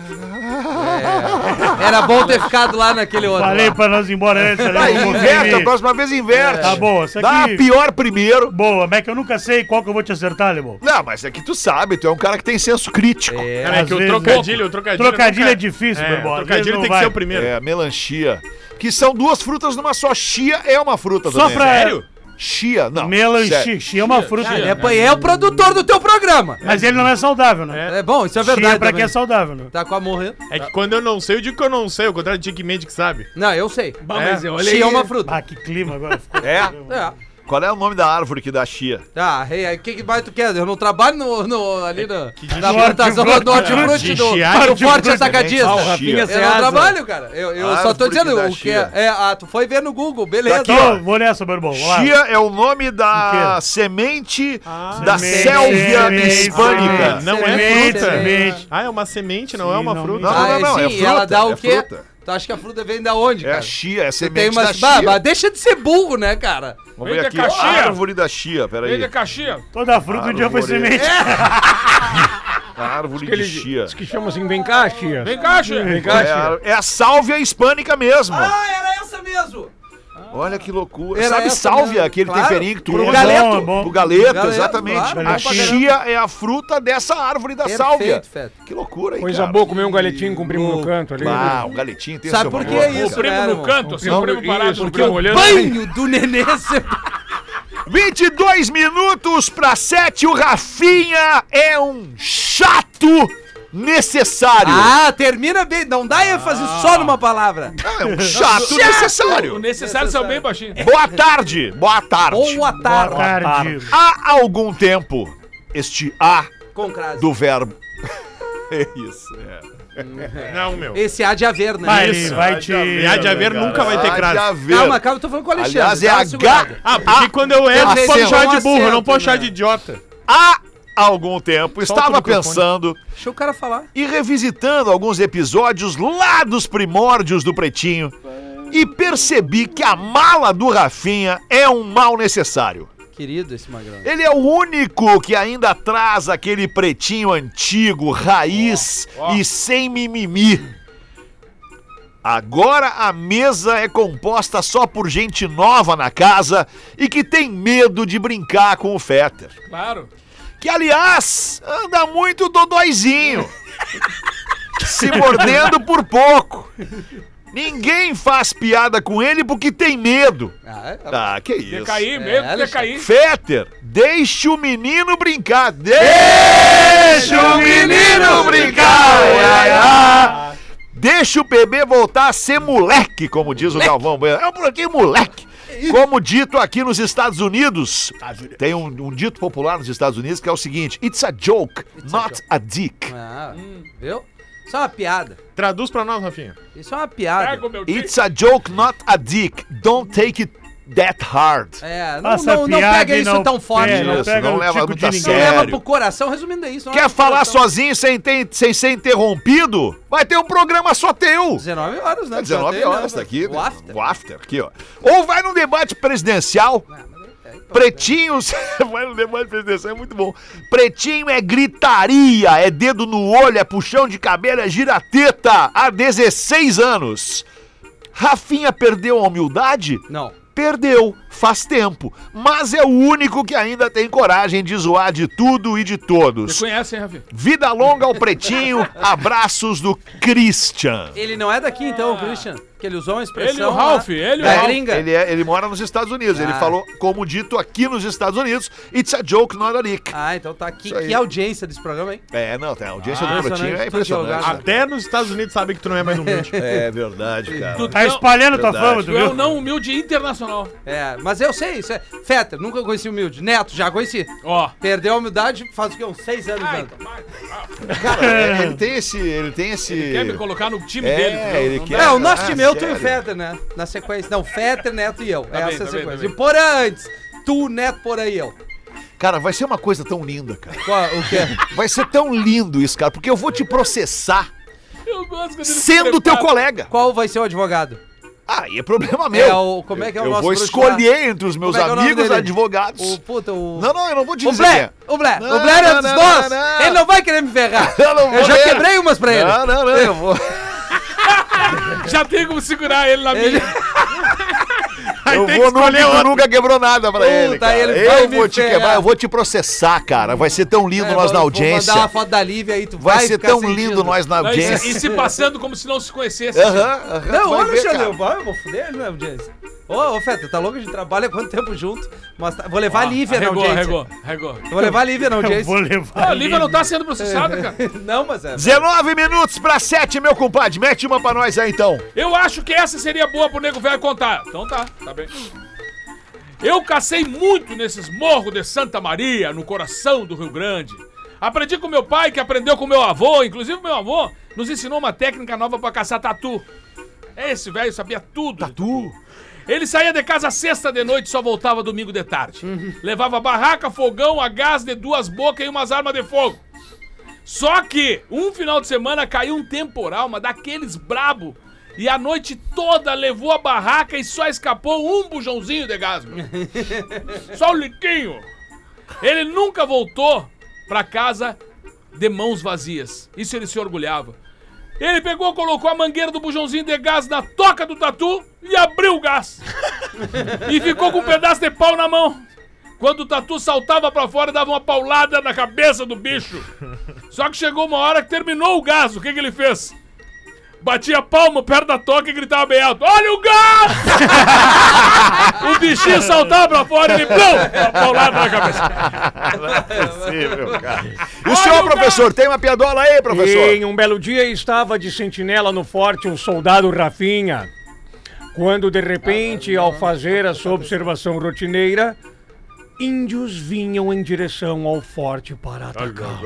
Era bom ter ficado lá naquele outro. Falei lá. pra nós ir embora antes. Tá, inverte, a próxima vez inverte. Tá bom, essa Dá aqui... a pior primeiro. Boa, mas é que eu nunca sei qual que eu vou te acertar, Alemão. Não, mas é que tu sabe, tu é um cara que tem senso crítico. Cara, é Às que o vezes- trocadilho Trocadilho nunca- é difícil, meu irmão. O Às trocadilho vezes não tem que vai. ser o primeiro. É, melancia. Que são duas frutas numa só. Chia é uma fruta Só também. pra... Sério? Chia, não. Melancia. sério. Chia é uma fruta. É o produtor do teu programa. Mas ele não é saudável, né? É bom, isso é Chia verdade. pra também. quem é saudável, né? Tá quase morrendo. É que quando eu não sei, eu digo que eu não sei. O contrário de Dick Mendes que sabe. Não, eu sei. Mas eu olhei. Chia é uma fruta. Ah, que clima agora. Ficou... É? É. Qual é o nome da árvore que dá chia? Tá, o que mais tu quer? Eu não trabalho ali na de plantação do hortifruti de do chiar, do Forte Atacadista. Ah, o Eu Rafinha não Ceasa. trabalho, cara. Eu só tô Árvore que dizendo dá o que chia. tu foi ver no Google, beleza. Aqui, ó, vou nessa, meu irmão. Vamos lá. Chia é o nome da O quê? semente da Semente, sélvia semente, hispânica. Não é Semente, fruta. semente. Ah, é uma semente, não é uma não, fruta. Não, é sim, fruta, ela dá o é quê? fruta. Tu acha que a fruta vem da onde, É cara? a chia, é Tu tem semente da umas... chia. Mas deixa de ser burro, né, cara? Vamos ver Vem aqui, da ó, Caxias. a árvore da chia, Vem peraí. de Caxias. Toda fruta um dia foi Árvore. semente. A árvore Que de ele chia. diz que chama assim, vem cá, tia. Vem cá, Chia. Vem cá, tia. É a sálvia hispânica mesmo. Ah, era essa mesmo! Olha que loucura. Era Sabe essa sálvia, mesmo. aquele Claro, temperinho que tu pro usa? galeto. Pro galeto, Galeto, exatamente. claro, A bom pra chia é a fruta dessa árvore da sálvia. Feto. Que loucura, hein, Coisa cara? boa comer um galetinho com o primo no canto ali. Ah, um galetinho tem Sabe seu por que valor. isso, O primo né, no irmão? canto, seu primo parado no Porque o olhando. banho do nenê... 22 minutos para 7, o Rafinha é um chato necessário. Ah, termina bem. Não dá ênfase só numa palavra. É um chato necessário. O necessário são bem baixinho. Boa tarde, boa tarde. Boa tarde. Boa tarde. Há algum tempo, este A Com crase. do verbo... É isso, Não, meu. Esse há de haver, né? Vai, Isso. vai te... E há de haver nunca vai ter crase. Calma, eu tô falando com o Alexandre. Aliás, é dá uma H. segurada. Ah, porque quando eu erro, Acento, pode chamar de um burro, eu não posso acento, chamar né? de idiota. Há algum tempo, Solta estava o microfone. pensando Deixa o cara falar. e revisitando alguns episódios lá dos primórdios do Pretinho e percebi que a mala do Rafinha é um mal necessário. Querido esse magrão. Ele é o único que ainda traz aquele pretinho antigo, raiz e sem mimimi. Agora a mesa é composta só por gente nova na casa e que tem medo de brincar com o Fetter. Claro. Que, aliás, anda muito dodóizinho. Se mordendo por pouco. Ninguém faz piada com ele porque tem medo. Ah, que isso. Decair, medo de decair. Fetter, deixe o menino brincar. Deixe o menino brincar. Deixa o bebê voltar a ser moleque, como diz o Galvão Bueno. É um pouquinho moleque. Como dito aqui nos Estados Unidos, tem um dito popular nos Estados Unidos que é o seguinte: It's a joke, not a dick. Viu? Isso é uma piada. Traduz pra nós, Rafinha. Isso é uma piada. Pega o meu tio. It's a joke, not a dick. Don't take it that hard. É, Faça não piada pega e isso não tão forte, pega, não. não pega não o leva tico muito de a ninguém. Não leva sério. pro coração. Resumindo, é isso. não Quer leva pro falar coração. sozinho sem ser interrompido? Vai ter um programa só teu. 19 horas, né? 19 horas, tá aqui. O after. O after, aqui, ó. Ou vai num debate presidencial. Pretinhos. Vai no debate presidencial, é muito bom. Pretinho é gritaria, é dedo no olho, é puxão de cabelo, é girateta. Há 16 anos. Rafinha perdeu a humildade? Não. Perdeu, faz tempo. Mas é o único que ainda tem coragem de zoar de tudo e de todos. Você conhece, hein, Rafi? Vida longa ao Pretinho. Abraços do Christian. Ele não é daqui, então, o Christian? Que ele usou uma expressão... Ele e o Ralph, lá, ele e o da Ralph. gringa. Ele mora nos Estados Unidos. Ele falou, como dito aqui nos Estados Unidos, it's a joke, not a dick. Ah, então tá aqui. Isso aí. Que audiência desse programa, hein? É, não, tem a audiência do impressionante. Pretinho, é Tudo de impressionante. lugar, Até nos Estados Unidos sabem que tu não é mais humilde. É verdade, cara. Tu Tá espalhando tua Verdade. fama, tu Tu é um viu? não humilde internacional. É, mas eu sei, isso é... Fetter, nunca conheci humilde. Neto, já conheci. Ó. Perdeu a humildade faz o quê? Uns 6 anos, Ai, né? Cara, ele tem esse... Quer me colocar no time É, dele, entendeu? ele Não quer- dá. É, o nosso time, eu, tu e sério? o Fetter, né? Na sequência. Não, Fetter, Neto e eu. Tá Essa bem, é tá a bem, sequência. tá bem. E por antes, tu, Neto, por aí, eu. Cara, vai ser uma coisa tão linda, cara. O quê? Vai ser tão lindo isso, cara, porque eu vou te processar Eu gosto quando ele se sendo teu prepara. colega. Qual vai ser o advogado? Aí é problema meu. Como é que é o Eu nosso vou bruxo escolher entre os meus Como é que é o nome amigos dele? advogados. O Não, eu não vou te O dizer. Blé! O Blé! Não, O Blé é não, dos não, nós! não. Ele não vai querer me ferrar! Eu não vou Eu já ver. quebrei umas pra ele! Não, eu vou. Já tem como segurar ele na Ele- minha. Eu tem vou que escolher nunca, outro. nunca quebrou nada pra ele. Cara. ele vai Eu me vou te ferrar. quebrar, eu vou te processar, cara. Vai ser tão lindo nós na Vou audiência. mandar uma foto da Lívia aí, tu Vai ser ficar tão sentindo. lindo nós na Não, audiência. e se passando como se não se conhecesse. Aham. Não, vai olha, ver, Alexandre, cara. eu vou fuder ele na audiência. Ô, Feta, tá louco? A gente trabalha quanto tempo junto? Mas vou levar a Lívia na audiência. Regou. Vou levar a Lívia na Eu audiência. vou levar. A Lívia não tá sendo processada, cara. Não, mas é. 19 minutos pra 7, meu compadre. Mete uma pra nós aí, então. Eu acho que essa seria boa pro nego velho contar. Então tá bem. Eu cacei muito nesses morros de Santa Maria, no coração do Rio Grande. Aprendi com meu pai, que aprendeu com meu avô. Inclusive, meu avô nos ensinou uma técnica nova pra caçar tatu. Esse velho sabia tudo. Tatu? Ele saía de casa sexta de noite e só voltava domingo de tarde. Levava barraca, fogão, a gás de 2 bocas e umas armas de fogo. Só que, um final de semana caiu um temporal, mas daqueles brabo. E a noite toda levou a barraca e só escapou um bujãozinho de gás, meu. Só o liquinho. Ele nunca voltou pra casa de mãos vazias. Isso ele se orgulhava. Ele pegou, colocou a mangueira do bujãozinho de gás na toca do tatu e e abriu o gás. E ficou com um pedaço de pau na mão. Quando o Tatu saltava pra fora, dava uma paulada na cabeça do bicho. Só que chegou uma hora que terminou o gás. O que ele fez? Batia a palma perto da toca e gritava bem alto: olha o gás! O bichinho saltava pra fora e ele, plum, uma paulada na cabeça. Não é possível, cara. E o senhor, professor, tem uma piadola aí, professor? Em um belo dia estava de sentinela no forte um soldado Rafinha, quando de repente, ao fazer a sua observação rotineira, índios vinham em direção ao forte para atacar.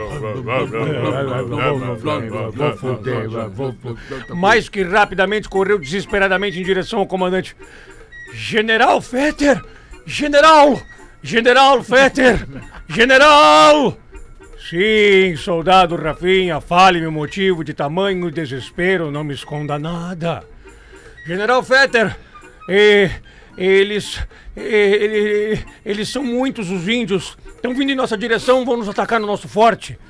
Mais que rapidamente correu desesperadamente em direção ao comandante. General Fetter! General! General Fetter! General! Sim, soldado Rafinha, fale-me o motivo de tamanho desespero, não me esconda nada. General Fetter, eles são muitos os índios, estão vindo em nossa direção, vão nos atacar no nosso forte.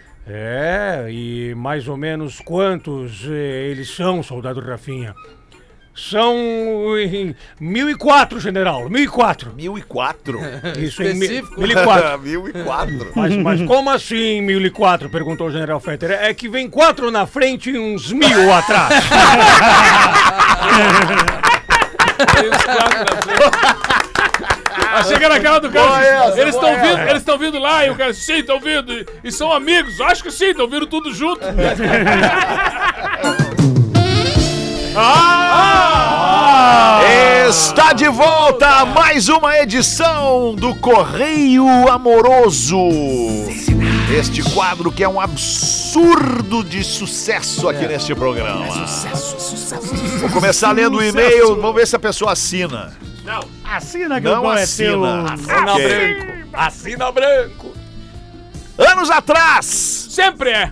E mais ou menos quantos eles são, soldado Rafinha? São 1.004, general, 1.004. 1.004? Isso, Específico. 1.004. 1.004. Mas como assim 1.004? Perguntou o general Fetter. É que vem 4 na frente e uns 1.000 atrás. Tem uns 4 na frente. Achei que era aquela do cara. Eles estão vindo lá e o cara, sim, estão vindo. E são amigos. Acho que sim, estão vindo tudo junto. Está de volta mais uma edição do Correio Amoroso. Este quadro que é um absurdo de sucesso aqui neste programa. Vou começar lendo o e-mail, vamos ver se a pessoa assina. Não. Assina que Não o bom é assina. teu. Assina Ok. branco. Assina branco. Anos atrás, Sempre é.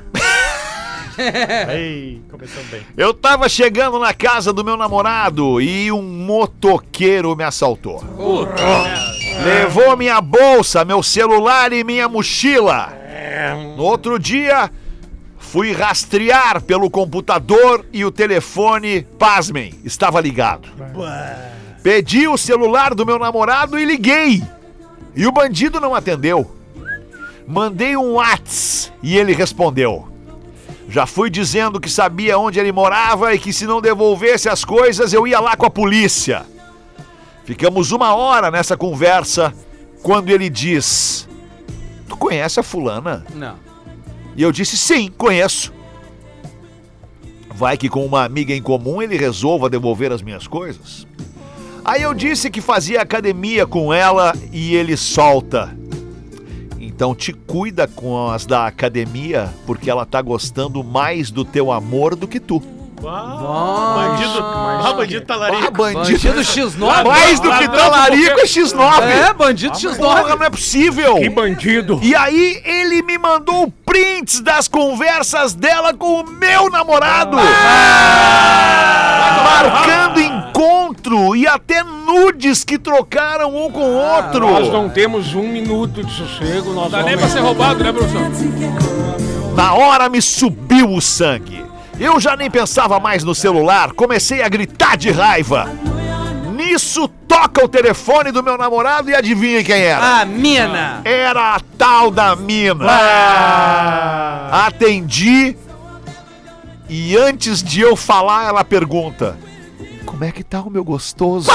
Aí, começando bem. eu tava chegando na casa do meu namorado e um motoqueiro me assaltou. Levou minha bolsa, meu celular e minha mochila. No outro dia, fui rastrear pelo computador e o telefone, pasmem, estava ligado. Pedi o celular do meu namorado e liguei. E o bandido não atendeu. Mandei um WhatsApp e ele respondeu. Já fui dizendo que sabia onde ele morava e que se não devolvesse as coisas eu ia lá com a polícia. Ficamos 1 hora nessa conversa quando ele diz: tu conhece a fulana? Não. E eu disse: sim, conheço. Vai que com uma amiga em comum ele resolva devolver as minhas coisas. Aí eu disse que fazia academia com ela e ele solta: então te cuida com as da academia, porque ela tá gostando mais do teu amor do que tu. Bandido talarico. Bandido X9. Mais do que talarico é X9. É, bandido X9. Porra, não é possível. Que bandido. E aí ele me mandou prints das conversas dela com o meu namorado. Marcando encontro e até nudes que trocaram um com o outro. Nós não temos 1 minuto de sossego. Nós Dá nem vamos... pra ser roubado, né, professor? Na hora me subiu o sangue. Eu já nem pensava mais no celular, comecei a gritar de raiva. Nisso toca o telefone do meu namorado e adivinha quem era? A mina. Era a tal da mina. Atendi e antes de eu falar ela pergunta: como é que tá o meu gostoso?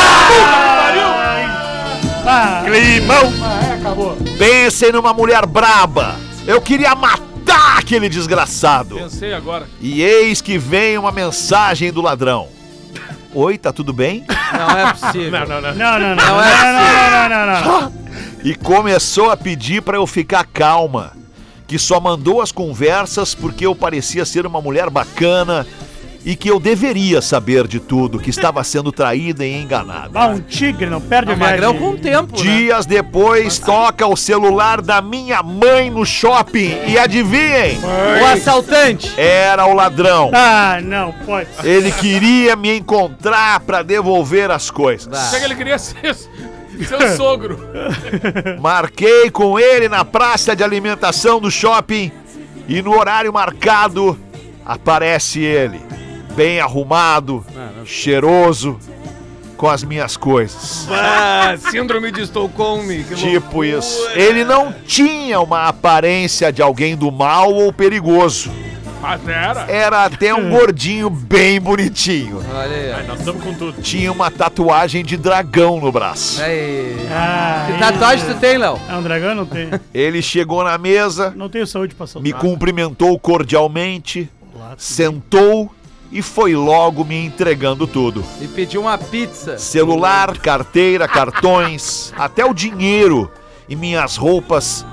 Climão! Acabou. Pensem numa mulher braba. Eu queria matar aquele desgraçado. Pensei agora. E eis que vem uma mensagem do ladrão. Oi, tá tudo bem? Não é possível. Não. Não é E começou a pedir pra eu ficar calma, que só mandou as conversas porque eu parecia ser uma mulher bacana e que eu deveria saber de tudo, que estava sendo traída e enganada. Um tigre, não perde a viagem. Magrão com o tempo, né? Dias depois, toca o celular da minha mãe no shopping e adivinhem? O assaltante. Era o ladrão. Ah, não, pode. Ele queria me encontrar pra devolver as coisas. Achei que ele queria ser seu sogro. Marquei com ele na praça de alimentação do shopping e no horário marcado aparece ele, bem arrumado, cheiroso, com as minhas coisas. Ah, síndrome de Estocolmo. Que Tipo loucura. isso. Ele não tinha uma aparência de alguém do mal ou perigoso. Mas era. Era até um gordinho bem bonitinho. Olha aí, Ai, nós estamos com tudo. Tinha uma tatuagem de dragão no braço. ó. Aí. Ah, Que tatuagem tu tem, Léo? É um dragão? Não tem. Ele chegou na mesa, Não tenho saúde pra soltar. me cumprimentou cordialmente, sentou e foi logo me entregando tudo. E pediu uma pizza. Celular, carteira, cartões, até o dinheiro e minhas roupas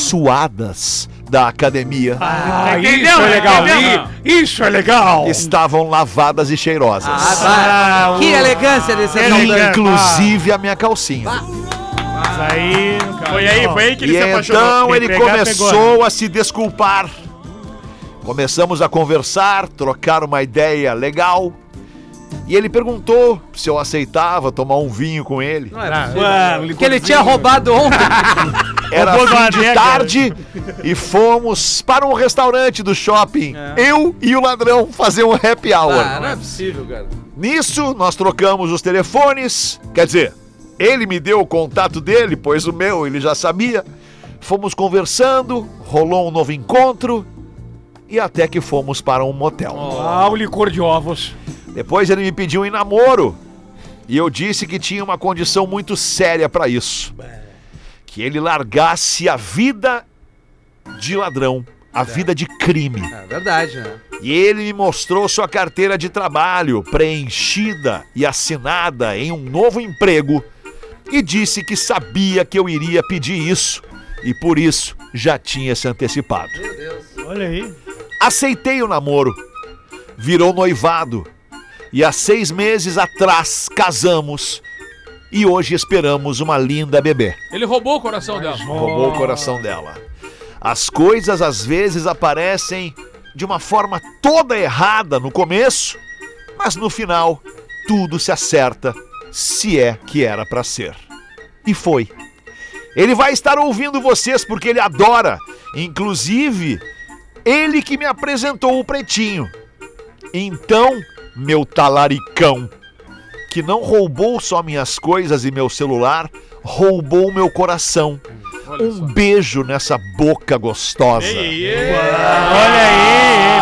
suadas da academia Ah, Entendeu, isso é legal. entendeu? Isso é legal. estavam lavadas e cheirosas. Ah, que elegância desse Elegância. Inclusive a minha calcinha. Isso aí... Foi aí que ele E se apaixonou. então Quem ele pegar, começou a se desculpar. Começamos a conversar, trocar uma ideia legal. E ele perguntou se eu aceitava tomar um vinho com ele. Não é possível. Que ele tinha roubado ontem. Era Roubou de uma fim de adega. tarde e fomos para um restaurante do shopping. Eu e o ladrão fazer um happy hour. Ah, não é possível, cara. Nisso, nós trocamos os telefones. Quer dizer, ele me deu o contato dele, pois o meu ele já sabia. Fomos conversando, rolou um novo encontro e até que fomos para um motel. Ah, o licor de ovos. Depois ele me pediu em namoro e eu disse que tinha uma condição muito séria para isso. Que ele largasse a vida de ladrão, a vida de crime. É verdade, né? E ele me mostrou sua carteira de trabalho, preenchida e assinada em um novo emprego, e disse que sabia que eu iria pedir isso, e por isso já tinha se antecipado. Olha aí. Aceitei o namoro, virou noivado, e há 6 meses atrás casamos, e hoje esperamos uma linda bebê. Ele roubou o coração dela. Roubou o coração dela. As coisas às vezes aparecem de uma forma toda errada no começo, mas no final tudo se acerta, se é que era pra ser. E foi. Ele vai estar ouvindo vocês porque ele adora, inclusive ele que me apresentou o Pretinho. Então, meu talaricão, que não roubou só minhas coisas e meu celular, roubou meu coração. Um beijo nessa boca gostosa. Olha aí,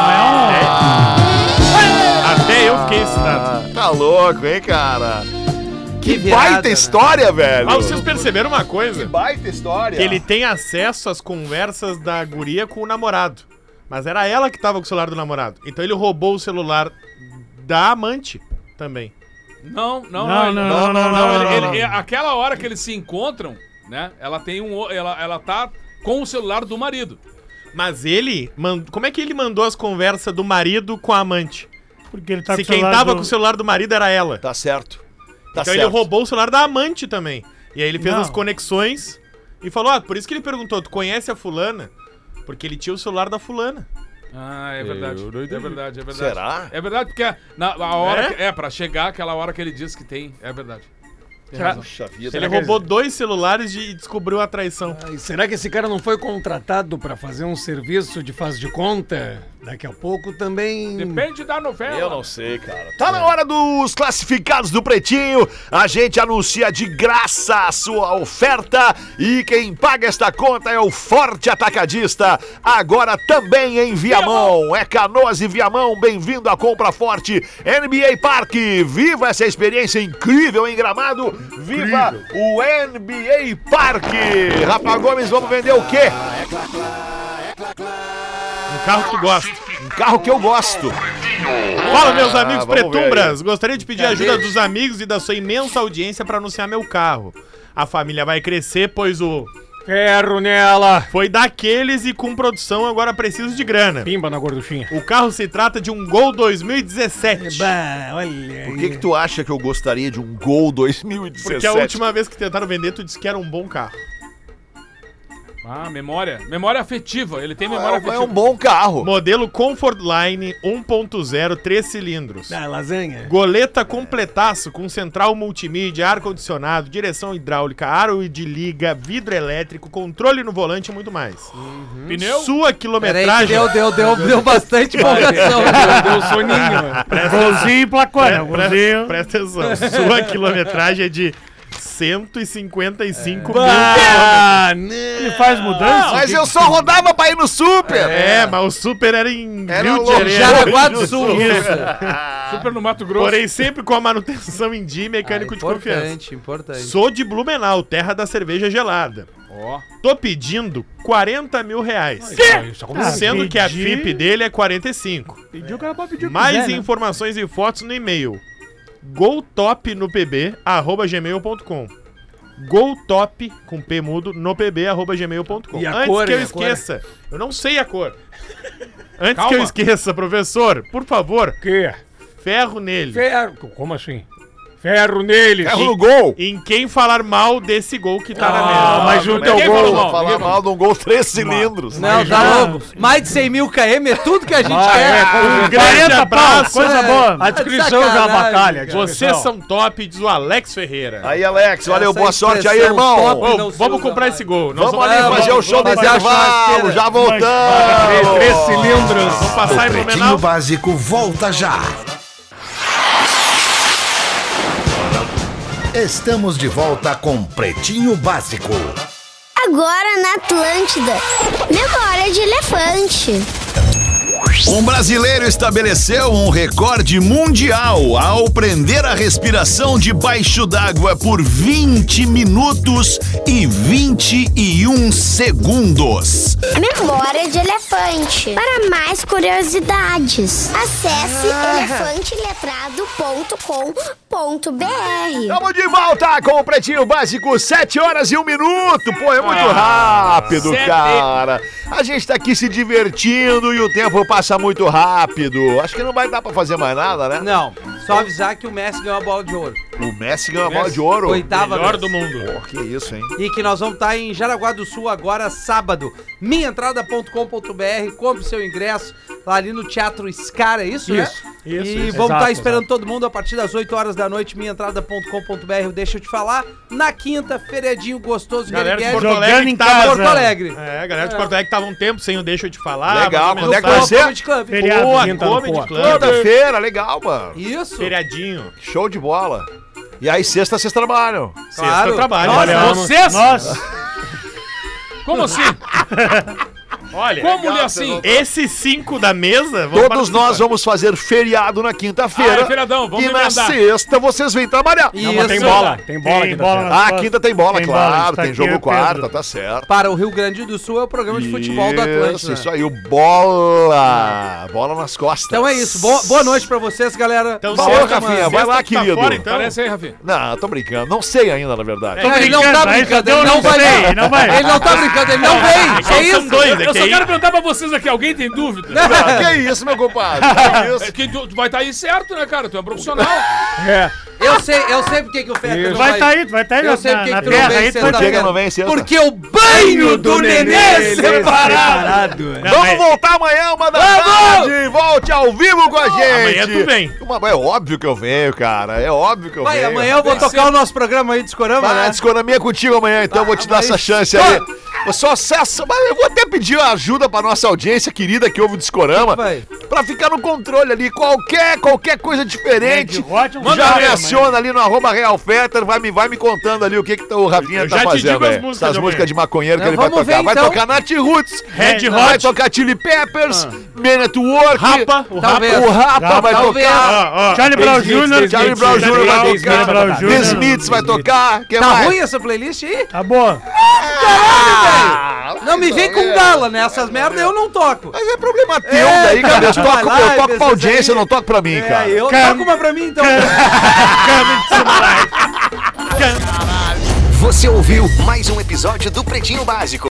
mas Até eu fiquei excitado. Tá louco, hein, cara? Que virada, baita né? história, velho. Mas vocês perceberam uma coisa? Baita história. Que ele tem acesso às conversas da guria com o namorado. Mas era ela que tava com o celular do namorado. Então ele roubou o celular da amante também. Não. Aquela hora que eles se encontram, né? Ela tem ela tá com o celular do marido. Mas ele... Como é que ele mandou as conversas do marido com a amante? porque ele tá Se com o quem celular tava do- com o celular do marido era ela. Tá certo. Tá Então certo. ele roubou o celular da amante também. E aí ele fez Não. as conexões e falou, por isso que ele perguntou, tu conhece a fulana? Porque ele tinha o celular da fulana. Ah, é verdade. É verdade, é verdade. Será? É verdade, porque a hora pra chegar aquela hora que ele diz que tem, é verdade. Tem razão. Puxa vida. Ele roubou 2 celulares e descobriu a traição. E será que esse cara não foi contratado pra fazer um serviço de faz de conta? Daqui a pouco também... Depende da novela. Eu não sei, cara. Tá na hora dos classificados do Pretinho. A gente anuncia de graça a sua oferta e quem paga esta conta é o Forte Atacadista. Agora também em Viamão. É Canoas e Viamão. Bem-vindo à Compra Forte NBA Parque. Viva essa experiência incrível em Gramado. Viva o NBA Parque. Rafa Gomes, vamos vender o quê? Um carro que tu gosta. Um carro que eu gosto. Fala, meus amigos vamos ver pretumbras. Gostaria de pedir a ajuda dos amigos e da sua imensa audiência para anunciar meu carro. A família vai crescer, pois o... Ferro nela! Foi daqueles e com produção agora preciso de grana. Pimba na gorduchinha. O carro se trata de um Gol 2017. Bah, olha Por que tu acha que eu gostaria de um Gol 2017? Porque a última vez que tentaram vender, tu disse que era um bom carro. Ah, memória. Memória afetiva. Ele tem memória É afetiva. um bom carro. Modelo Comfortline 1.0, 3 cilindros. Ah, lasanha. Goleta completaço com central multimídia, ar-condicionado, direção hidráulica, aro de liga, vidro elétrico, controle no volante e muito mais. Pneu? Sua Peraí, que quilometragem... deu bastante empolgação. Deu soninho. Golzinho e placona. Golzinho. Presta atenção. Sua quilometragem é de 155 mil Ele faz mudança? Mas eu só rodava pra ir no super. mas o super era em Era Rio de longe. Janeiro. Jaraguá do Sul. Super no Mato Grosso. Porém, sempre com a manutenção em dia e mecânico de confiança. Importante. Sou de Blumenau, terra da cerveja gelada. Ó. Tô pedindo 40 mil reais. Sendo que a FIP dele é 45. Pediu que era pra pedir o que Mais quiser, né? informações e fotos no e-mail goltopnopb@gmail.com. Goltop com P mudo no pb@gmail.com. E a Antes cor, que eu e a cor? esqueça, eu não sei a cor. Antes Calma. que eu esqueça, professor, por favor, Que? ferro nele. Ferro. Como assim? Ferro neles. Ferro no gol. Em quem falar mal desse gol que tá na mesa. Mas o teu Ninguém gol. falou mal. Falar mal de um gol 3 cilindros. Não, tá louco. Mais de 100 mil km é tudo que a gente quer. Um grande 40 pau, abraço. coisa boa. A descrição já Sacanagem. abacalha. Vocês são top, diz o Alex Ferreira. Aí, Alex, valeu, Essa boa sorte aí, expressão irmão. top. Ô, não se vamos usa comprar mais. esse gol. Nós Vamos ali fazer o show do fazer a intervalo. churrasqueira. Já voltamos. 3 cilindros. Vamos O passar em Pretinho Blumenau. Básico volta já. Estamos de volta com Pretinho Básico. Agora na Atlântida. Memória de elefante. Um brasileiro estabeleceu um recorde mundial ao prender a respiração debaixo d'água por 20 minutos e 21 segundos. Memória de elefante. Para mais curiosidades, acesse elefanteletrado.com.br. Estamos de volta com o Pretinho Básico, 7 horas e 1 minuto. Pô, é muito rápido, sete. cara. A gente tá aqui se divertindo e o tempo passa muito rápido. Acho que não vai dar pra fazer mais nada, né? Não, só avisar que o Messi ganhou a bola de ouro. O Messi ganhou a bola de ouro. Oitava Melhor vez. do mundo. Pô, que isso, hein? E que nós vamos estar em Jaraguá do Sul agora, sábado. Minhaentrada.com.br, compre seu ingresso lá ali no Teatro Scar, é isso, né? Isso, E isso. vamos estar Exato, esperando todo mundo a partir das 8 horas da noite, minhaentrada.com.br, deixa eu te falar. Na quinta, feriadinho gostoso, Galera de Guerigueri, Porto Jogando Alegre em que tava... casa. Porto Alegre. É, galera de Porto Alegre que tava um tempo sem o Deixa Eu Te Falar. Legal, mandou quando é que mensagem. vai ser? Comedy Club. Feriado, Boa, quinta no Comedy Poa. Club. Quinta-feira, legal, mano. Isso. Feriadinho. Show de bola. E aí, sexta, vocês trabalham. Sexta eu trabalho. Olha, Olha, vocês? Nossa, Como assim? olha, Como lhe assim? esses 5 da mesa... vão Todos participar. nós vamos fazer feriado na quinta-feira. Ah, é feriadão, vamos E na emendar. sexta vocês vêm trabalhar. Isso. Não, mas tem bola. Tem bola Tem aqui bola da na- frente. Ah, quinta tem bola, Tem bola, a claro. gente tá Tem aqui, jogo Pedro. quarta, tá certo. Para o Rio Grande do Sul é o programa de futebol do Atlântico. Isso aí, o bola. Bola nas costas. Então é isso. Boa noite pra vocês, galera. Então, Valeu, sexta, Rafinha, mano. vai lá, Sexta tu tá querido. fora, então. Parece aí, Rafinha. Não, tô brincando. Não sei ainda, na verdade. Tô Ele não tá brincando, aí brincando, deu ele não não vai sei, não. não vai. Ele não tá brincando, ele não vem. Que São isso? dois, é Eu que só aí... quero perguntar pra vocês aqui, alguém tem dúvida? Que isso, meu compadre? Que isso? É que tu vai estar aí certo, né, cara? Tu é um profissional. É. Eu sei porque que o Feta não vai estar aí, tu vai estar aí Eu sei porque na que tu não terra vem aí, tu vai Por tá que que vendo. não vem sexta? Porque o banho do nenê é separado. Vamos voltar amanhã, 1 da tarde. Volte ao vivo com a gente. Amanhã tu vem. É óbvio que eu venho, cara. É óbvio que eu Vai, venho. amanhã eu vou tocar o nosso programa aí, Discorama, Vai, né? Disconomia contigo amanhã, então eu vou te dar essa chance aí. Mas eu vou até pedir ajuda pra nossa audiência querida que ouve o Discorama, Vai. pra ficar no controle ali. Qualquer coisa diferente, Rod, um já manda me ver aciona ali no @RealFetter, vai me contando ali o que o Rafinha Eu tá já te digo fazendo as aí. músicas Essas de músicas amanhã. de maconheiro que Não, ele vai vamos tocar. ver, Vai então. tocar Nat Roots, Red vai Hot. tocar Chili Peppers, Man at Work, Rapa, Talvez. o Rapa vai Talvez. tocar, Charlie Brown Jr. Charlie Brown Jr. vai Charlie tocar, Brown The Jr. Smiths vai tocar, que Tá mais? ruim essa playlist aí? Tá boa. Não me vem com gala, né? Essas merdas eu não toco. Mas é problema teu É, daí, cara. Eu vai toco, lá, eu toco pra esses audiência, aí. eu não toco pra mim, cara. Eu Cam- toco uma pra mim, então. Você ouviu mais um episódio do Pretinho Básico.